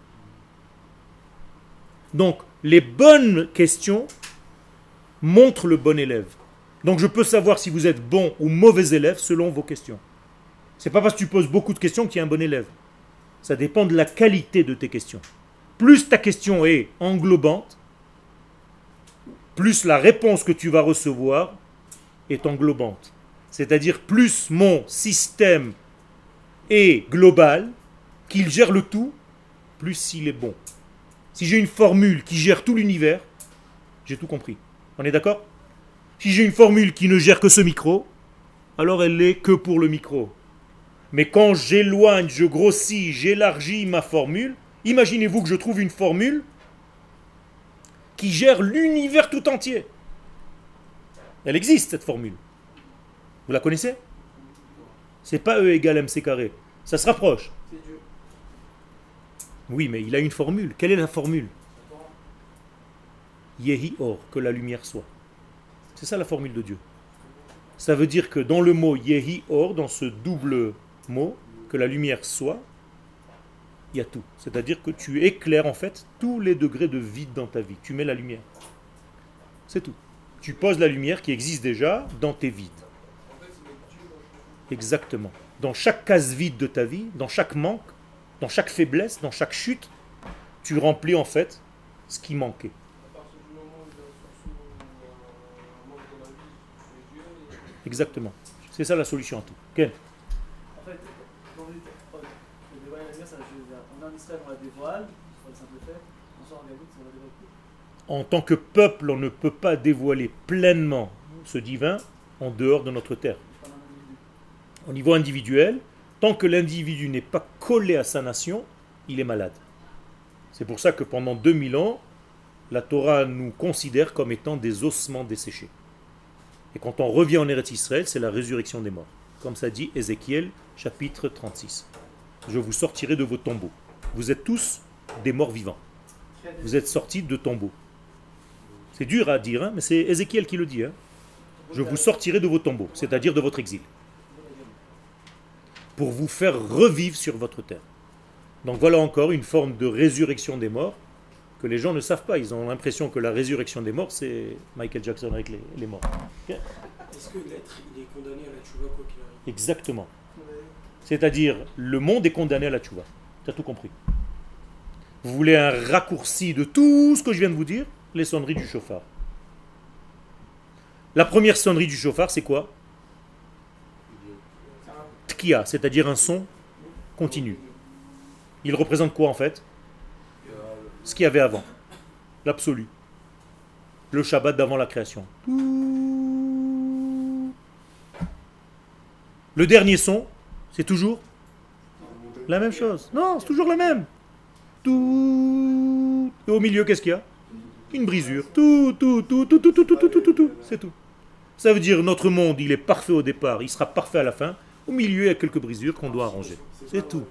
Donc les bonnes questions montrent le bon élève. Donc je peux savoir si vous êtes bon ou mauvais élève selon vos questions. C'est pas parce que tu poses beaucoup de questions qu'il y a un bon élève. Ça dépend de la qualité de tes questions. Plus ta question est englobante, plus la réponse que tu vas recevoir est englobante. C'est-à-dire plus mon système est global, qu'il gère le tout, plus il est bon. Si j'ai une formule qui gère tout l'univers, j'ai tout compris. On est d'accord? Si j'ai une formule qui ne gère que ce micro, alors elle n'est que pour le micro. Mais quand j'éloigne, je grossis, j'élargis ma formule, imaginez-vous que je trouve une formule qui gère l'univers tout entier. Elle existe, cette formule. Vous la connaissez? C'est pas E égale MC carré. Ça se rapproche. Oui, mais il a une formule. Quelle est la formule? Yehi or, que la lumière soit. C'est ça la formule de Dieu. Ça veut dire que dans le mot Yehi or, dans ce double mot, que la lumière soit, il y a tout. C'est-à-dire que tu éclaires en fait tous les degrés de vide dans ta vie. Tu mets la lumière. C'est tout. Tu poses la lumière qui existe déjà dans tes vides. Exactement. Dans chaque case vide de ta vie, dans chaque manque, dans chaque faiblesse, dans chaque chute, tu remplis en fait ce qui manquait. Exactement. C'est ça la solution à tout. Ken? En fait, quand vous dites le dévoiler la lumière, on est en Israël, on la dévoile, c'est le simple fait, on sort en Gabout, on la dévoile plus. En tant que peuple, on ne peut pas dévoiler pleinement ce divin en dehors de notre terre. Au niveau individuel, tant que l'individu n'est pas collé à sa nation, il est malade. C'est pour ça que pendant 2000 ans, la Torah nous considère comme étant des ossements desséchés. Et quand on revient en Eretz Israël, c'est la résurrection des morts. Comme ça dit Ézéchiel, chapitre 36. Je vous sortirai de vos tombeaux. Vous êtes tous des morts vivants. Vous êtes sortis de tombeaux. C'est dur à dire, hein, mais c'est Ézéchiel qui le dit. Hein. Je vous sortirai de vos tombeaux, c'est-à-dire de votre exil. Pour vous faire revivre sur votre terre. Donc voilà encore une forme de résurrection des morts que les gens ne savent pas. Ils ont l'impression que la résurrection des morts, c'est Michael Jackson avec les morts. Okay. Est-ce que l'être, il est condamné à la tchouva quoi qu'il arrive? Exactement. C'est-à-dire, le monde est condamné à la tchouva. Tu as tout compris. Vous voulez un raccourci de tout ce que je viens de vous dire? Les sonneries du chauffard. La première sonnerie du chauffard, c'est quoi? Tkia, c'est-à-dire un son continu. Il représente quoi en fait? Ce qu'il y avait avant. L'absolu. Le Shabbat d'avant la création. Le dernier son, c'est toujours la même chose. Non, c'est toujours le même. Tout. Et au milieu, qu'est-ce qu'il y a? Une brisure. Tout. C'est tout. Ça veut dire notre monde, il est parfait au départ, il sera parfait à la fin. Au milieu, il y a quelques brisures qu'on doit arranger. C'est tout.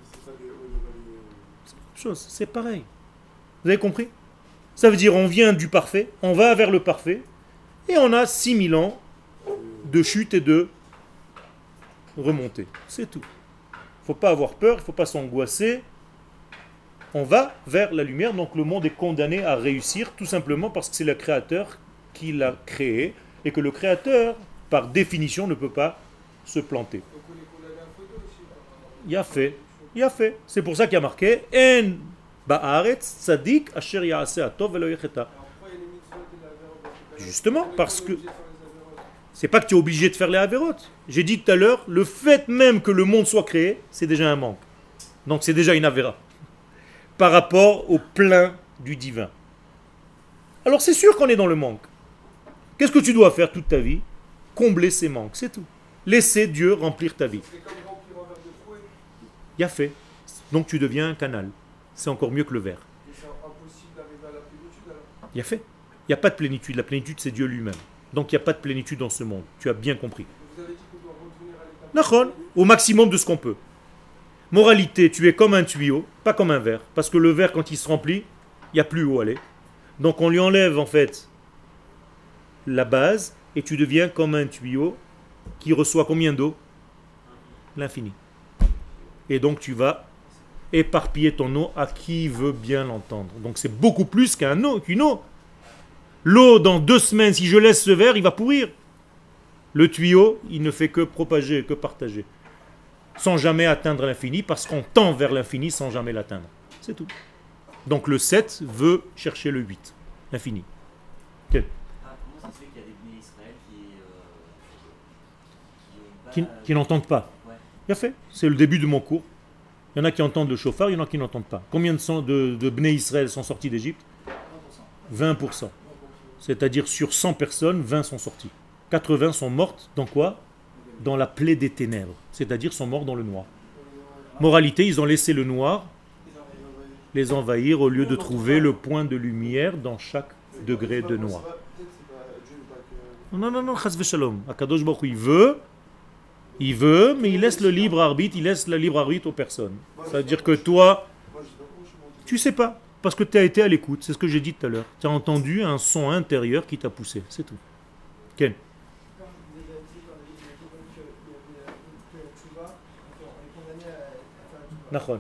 C'est pareil. Vous avez compris? Ça veut dire on vient du parfait, on va vers le parfait, et on a 6000 ans de chute et de remontée. C'est tout. Il ne faut pas avoir peur, il ne faut pas s'angoisser. On va vers la lumière, donc le monde est condamné à réussir, tout simplement parce que c'est le Créateur qui l'a créé, et que le Créateur, par définition, ne peut pas se planter. Il a fait. C'est pour ça qu'il y a marqué En ba'aretz tzadik asher ya'aseh atov velo yecheta. Justement, parce que c'est pas que tu es obligé de faire les avérotes. J'ai dit tout à l'heure, le fait même que le monde soit créé, c'est déjà un manque. Donc c'est déjà une avéra. Par rapport au plein du divin. Alors c'est sûr qu'on est dans le manque. Qu'est-ce que tu dois faire toute ta vie? Combler ces manques, c'est tout. Laisser Dieu remplir ta vie. Il y a fait. Donc tu deviens un canal. C'est encore mieux que le verre. Il y a fait. Il n'y a pas de plénitude. La plénitude, c'est Dieu lui-même. Donc il n'y a pas de plénitude dans ce monde. Tu as bien compris. Au maximum de ce qu'on peut. Moralité, tu es comme un tuyau, pas comme un verre. Parce que le verre, quand il se remplit, il n'y a plus où aller. Donc on lui enlève en fait la base et tu deviens comme un tuyau qui reçoit combien d'eau? L'infini. Et donc tu vas éparpiller ton eau à qui veut bien l'entendre. Donc c'est beaucoup plus qu'une eau. L'eau, dans 2 semaines, si je laisse ce verre, il va pourrir. Le tuyau, il ne fait que propager, que partager. Sans jamais atteindre l'infini, parce qu'on tend vers l'infini sans jamais l'atteindre. C'est tout. Donc le 7 veut chercher le 8, l'infini. Okay. Comment ça se fait qu'il y a des Bnei Israël Qui n'entendent pas. Ouais. Bien fait. C'est le début de mon cours. Il y en a qui entendent le chauffard, il y en a qui n'entendent pas. Combien de Bnei Israël sont sortis d'Égypte? 20%. C'est-à-dire sur 100 personnes, 20 sont sortis. 80 sont mortes dans quoi? Dans la plaie des ténèbres. C'est-à-dire sont morts dans le noir. Moralité, ils ont laissé le noir les envahir au lieu de trouver le point de lumière dans chaque degré de noir. Non, chas v'shalom. Akadosh Baruch Hu, il veut, mais il laisse le libre arbitre, aux personnes. C'est-à-dire que toi, tu sais pas, parce que tu as été à l'écoute, c'est ce que j'ai dit tout à l'heure. Tu as entendu un son intérieur qui t'a poussé, c'est tout. Ken? Nachon.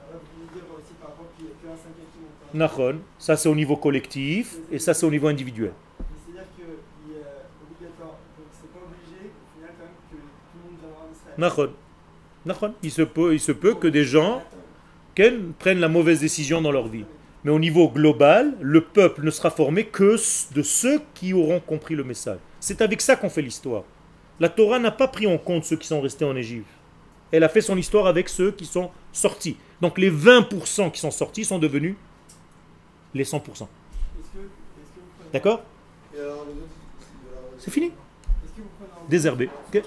Nachon, ça c'est au niveau collectif et ça c'est au niveau individuel. C'est-à-dire qu'il est obligatoire, donc c'est pas obligé au final quand même que tout le monde viendra en Israël. Nachon. Il se peut que des gens prennent la mauvaise décision dans leur vie. Mais au niveau global, le peuple ne sera formé que de ceux qui auront compris le message. C'est avec ça qu'on fait l'histoire. La Torah n'a pas pris en compte ceux qui sont restés en Égypte. Elle a fait son histoire avec ceux qui sont sortis. Donc les 20% qui sont sortis sont devenus les 100%. D'accord? C'est fini. Désherbé. Okay.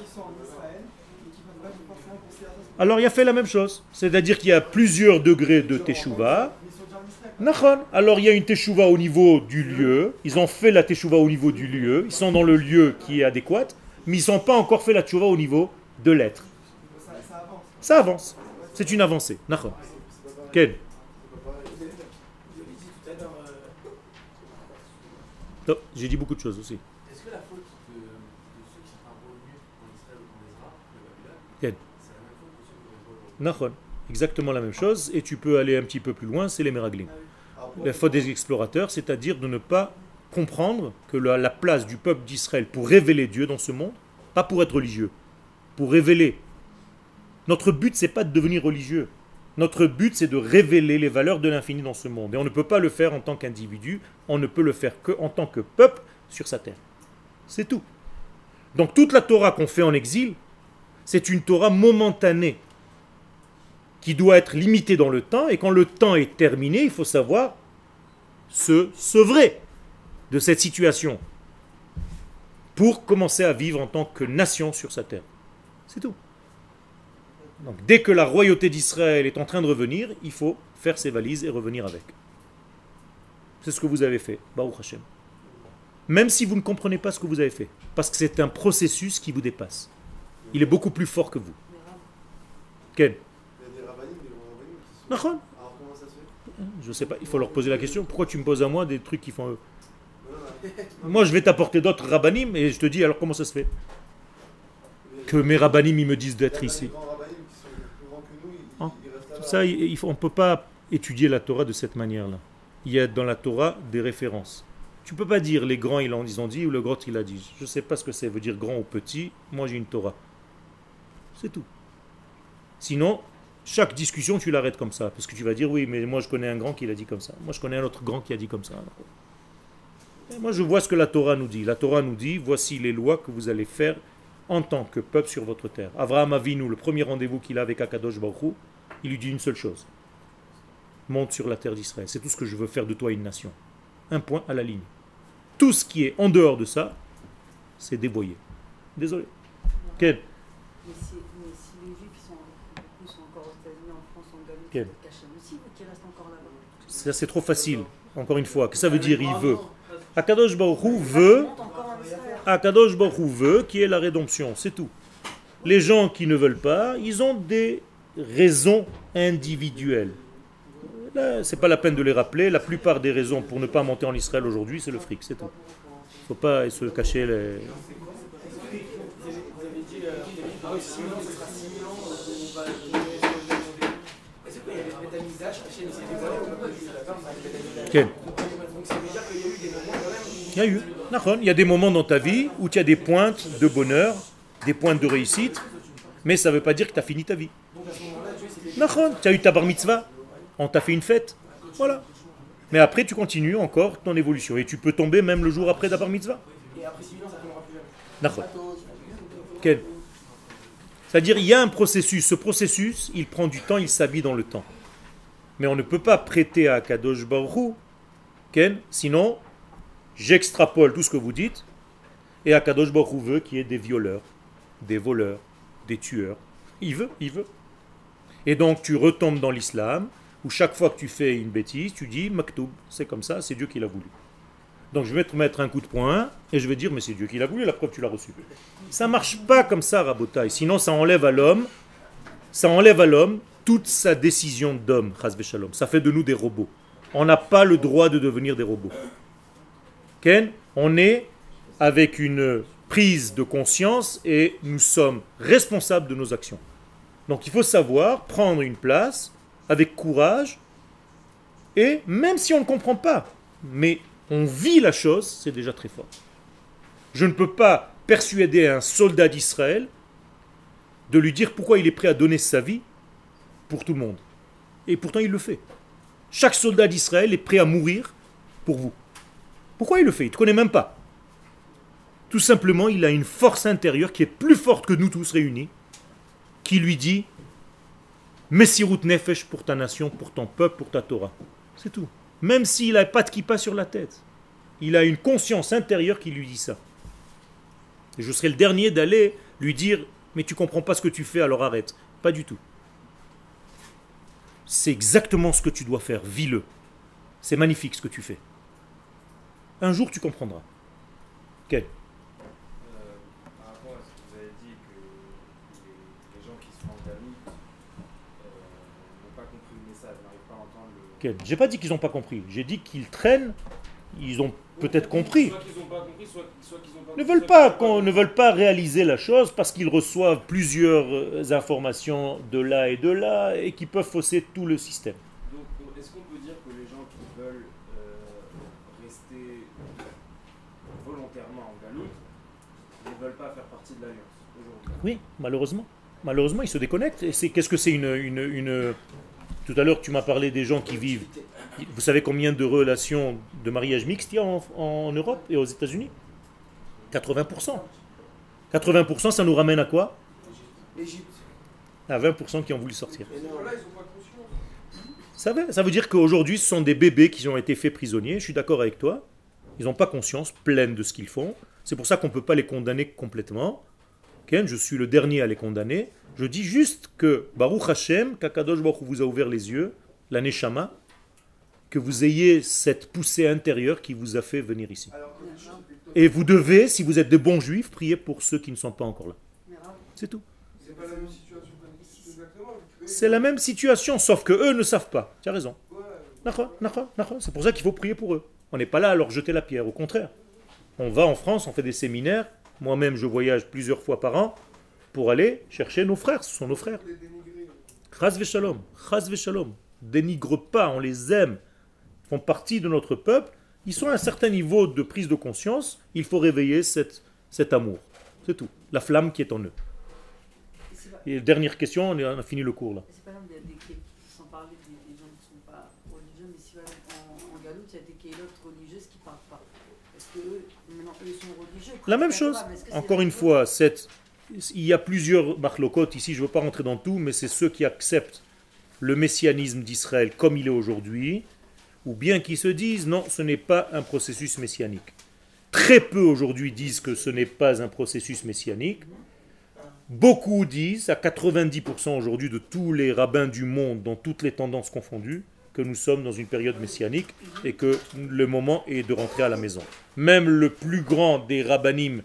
Alors il a fait la même chose. C'est-à-dire qu'il y a plusieurs degrés de Teshuvah. Alors il y a une Teshuvah au niveau du lieu. Ils ont fait la Teshuvah au niveau du lieu. Ils sont dans le lieu qui est adéquat. Mais ils n'ont pas encore fait la Teshuvah au niveau de l'être. Ça avance. C'est une avancée. Nachon. Ken. Oh, j'ai dit beaucoup de choses aussi. Est-ce que la faute de ceux qui sont revenus en Israël ou en Ezra, de Babylone, Ken. c'est la même faute que ceux qui ont Nachon. Exactement la même chose. Et tu peux aller un petit peu plus loin, c'est les Meraglim. La faute des explorateurs, c'est-à-dire de ne pas comprendre que la place du peuple d'Israël pour révéler Dieu dans ce monde, pas pour être religieux, pour révéler. Notre but, c'est pas de devenir religieux. Notre but, c'est de révéler les valeurs de l'infini dans ce monde. Et on ne peut pas le faire en tant qu'individu, on ne peut le faire qu'en tant que peuple sur sa terre. C'est tout. Donc toute la Torah qu'on fait en exil, c'est une Torah momentanée qui doit être limitée dans le temps, et quand le temps est terminé, il faut savoir se sevrer de cette situation pour commencer à vivre en tant que nation sur sa terre. C'est tout. Donc dès que la royauté d'Israël est en train de revenir, il faut faire ses valises et revenir avec. C'est ce que vous avez fait, Baruch Hashem. Même si vous ne comprenez pas ce que vous avez fait, parce que c'est un processus qui vous dépasse. Il est beaucoup plus fort que vous. Ken? Il y a des rabbinim, des grands rabbinim qui sont... Nachon. Alors comment ça se fait? Je sais pas, il faut leur poser la question. Pourquoi tu me poses à moi des trucs qui font eux? Moi je vais t'apporter d'autres rabbinim et je te dis alors comment ça se fait que mes rabbinim ils me disent d'être ici. Les grands rabbinim qui sont plus grands que nous, Hein? ils restent là-bas. Ça, on ne peut pas étudier la Torah de cette manière-là. Il y a dans la Torah des références. Tu ne peux pas dire les grands ils ont dit ou le grand il a dit. Je ne sais pas ce que ça veut dire grand ou petit. Moi j'ai une Torah. C'est tout. Sinon, chaque discussion tu l'arrêtes comme ça. Parce que tu vas dire oui mais moi je connais un grand qui l'a dit comme ça. Moi je connais un autre grand qui a dit comme ça. Et moi je vois ce que la Torah nous dit. La Torah nous dit voici les lois que vous allez faire en tant que peuple sur votre terre. Avraham Avinu, le premier rendez-vous qu'il a avec Akadosh Baruch Hu, il lui dit une seule chose. Monte sur la terre d'Israël. C'est tout ce que je veux faire de toi une nation. Un point à la ligne. Tout ce qui est en dehors de ça, c'est dévoyé. Désolé. Quel? Mais si les Juifs sont encore aux États-Unis, en France, en Gabon, Quel? c'est Kachem aussi, ou qui restent encore là-bas? Ça c'est trop facile. Encore une fois, que ça veut dire il veut. Akadosh Baruch Hu veut. Akadosh Baruch Hu veut qui est la rédemption, c'est tout. Les gens qui ne veulent pas, ils ont des raisons individuelles. Là, c'est pas la peine de les rappeler. La plupart des raisons pour ne pas monter en Israël aujourd'hui, c'est le fric, c'est tout. Faut pas se cacher les... Vous avez dit, sinon, ce sera 6 000 ans, on va... Est-ce qu'il y avait le Betamikdash, Hachem, c'est des années, on n'a pas vu d'accord, ça a été Betamikdash. Quel? Donc ça veut dire qu'il y a eu des moments quand même... Il y a eu. Nachon, il y a des moments dans ta vie où tu as des pointes de bonheur, des pointes de réussite, mais ça ne veut pas dire que tu as fini ta vie. Donc à ce moment-là, Dieu, c'était... Nachon, tu as eu ta bar mitzvah, on t'a fait une fête, voilà. Mais après tu continues encore ton évolution et tu peux tomber même le jour après ta bar mitzvah. Et après 6 000 ans, ça ne tombera plus jamais. Nachon. Quel? C'est-à-dire il y a un processus, ce processus il prend du temps, il s'habille dans le temps. Mais on ne peut pas prêter à Kadosh Baruch Hu, Ken, sinon j'extrapole tout ce que vous dites, et Akadosh Baruch Hu veut qu'il y ait des violeurs, des voleurs, des tueurs. Il veut. Et donc tu retombes dans l'islam, où chaque fois que tu fais une bêtise, tu dis Maktoub, c'est comme ça, c'est Dieu qui l'a voulu. Donc je vais te mettre un coup de poing, et je vais dire, mais c'est Dieu qui l'a voulu, la preuve tu l'as reçu. Ça ne marche pas comme ça, Rabotai, sinon ça enlève à l'homme toute sa décision d'homme, Chas v'Shalom. Ça fait de nous des robots. On n'a pas le droit de devenir des robots. Ken, on est avec une prise de conscience et nous sommes responsables de nos actions. Donc il faut savoir prendre une place avec courage et même si on ne comprend pas, mais on vit la chose, c'est déjà très fort. Je ne peux pas persuader un soldat d'Israël de lui dire pourquoi il est prêt à donner sa vie pour tout le monde. Et pourtant il le fait. Chaque soldat d'Israël est prêt à mourir pour vous. Pourquoi il le fait? Il ne te connaît même pas. Tout simplement, il a une force intérieure qui est plus forte que nous tous réunis, qui lui dit Messirut Nefesh pour ta nation, pour ton peuple, pour ta Torah. C'est tout. Même s'il n'a pas de kippa sur la tête. Il a une conscience intérieure qui lui dit ça. Et je serai le dernier d'aller lui dire mais tu comprends pas ce que tu fais, alors arrête. Pas du tout. C'est exactement ce que tu dois faire. Vis-le. C'est magnifique ce que tu fais. Un jour, tu comprendras. Quel? Par rapport à ce que vous avez dit, que les gens qui sont en Galoute n'ont pas compris le message, n'arrivent pas à entendre le... Quel? J'ai pas dit qu'ils n'ont pas compris. J'ai dit qu'ils traînent. Ils ont peut-être compris. Soit qu'ils n'ont pas compris, soit qu'ils n'ont pas Ne veulent pas, ne veulent pas réaliser la chose parce qu'ils reçoivent plusieurs informations de là et qui peuvent fausser tout le système. Donc, est-ce qu'on peut dire que les gens qui veulent rester volontairement en Galoute ne veulent pas faire partie de l'Alliance? Oui, malheureusement. Malheureusement, ils se déconnectent. Et qu'est-ce que c'est Tout à l'heure, tu m'as parlé des gens qui vivent. Vous savez combien de relations de mariage mixte il y a en Europe et aux États-Unis? 80%. 80%, ça nous ramène à quoi? L'Égypte. À 20% qui ont voulu sortir. Et non, là, ils ont pas conscience. Ça veut dire qu'aujourd'hui, ce sont des bébés qui ont été faits prisonniers. Je suis d'accord avec toi. Ils n'ont pas conscience pleine de ce qu'ils font. C'est pour ça qu'on ne peut pas les condamner complètement. Ken, je suis le dernier à les condamner. Je dis juste que Baruch Hashem, qu'Akadosh Baruch Hu vous a ouvert les yeux, la Neshama, que vous ayez cette poussée intérieure qui vous a fait venir ici. Et vous devez, si vous êtes de bons juifs, prier pour ceux qui ne sont pas encore là. C'est tout. C'est pas la même situation. Exactement. C'est la même situation, sauf que eux ne savent pas. Tu as raison. C'est pour ça qu'il faut prier pour eux. On n'est pas là à leur jeter la pierre, au contraire. On va en France, on fait des séminaires. Moi-même, je voyage plusieurs fois par an pour aller chercher nos frères. Ce sont nos frères. Chas v'shalom, chas v'shalom. Dénigre pas, on les aime. Ils font partie de notre peuple. Ils sont à un certain niveau de prise de conscience. Il faut réveiller cet amour. C'est tout. La flamme qui est en eux. Et dernière question, on a fini le cours là. C'est pas grave, sans parler des gens qui ne sont pas religieux, mais si en Galoute, il y a des kélotes religieuses qui ne parlent pas. Est-ce qu'eux, maintenant, eux sont religieux? La même chose. Encore une fois, il y a plusieurs marlocotes ici, je ne veux pas rentrer dans tout, mais c'est ceux qui acceptent le messianisme d'Israël comme il est aujourd'hui, ou bien qui se disent non, ce n'est pas un processus messianique. Très peu aujourd'hui disent que ce n'est pas un processus messianique. Beaucoup disent, à 90% aujourd'hui de tous les rabbins du monde, dans toutes les tendances confondues, que nous sommes dans une période messianique et que le moment est de rentrer à la maison. Même le plus grand des rabbanim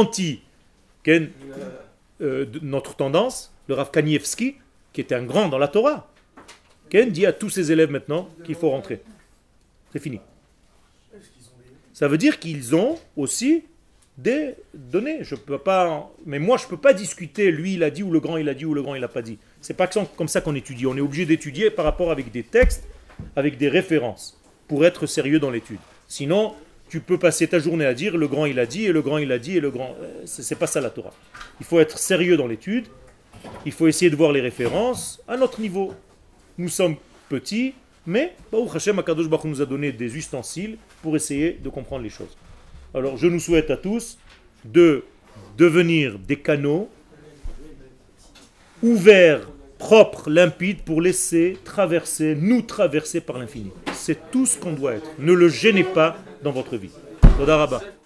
de notre tendance, le Rav Kanievski, qui était un grand dans la Torah, dit à tous ses élèves maintenant qu'il faut rentrer. C'est fini. Ça veut dire qu'ils ont aussi des données. Je peux pas, mais moi je ne peux pas discuter, lui il a dit ou le grand il a dit ou le grand il n'a pas dit. C'est pas comme ça qu'on étudie. On est obligé d'étudier par rapport avec des textes, avec des références, pour être sérieux dans l'étude. Sinon, tu peux passer ta journée à dire le grand il a dit et le grand il a dit et le grand... C'est pas ça la Torah. Il faut être sérieux dans l'étude. Il faut essayer de voir les références à notre niveau. Nous sommes petits, mais Baruch Hashem, Akadosh Baruch Hu nous a donné des ustensiles pour essayer de comprendre les choses. Alors je nous souhaite à tous de devenir des canaux ouverts, propres, limpides pour nous traverser par l'infini. C'est tout ce qu'on doit être. Ne le gênez pas dans votre vie. Toda Rabba.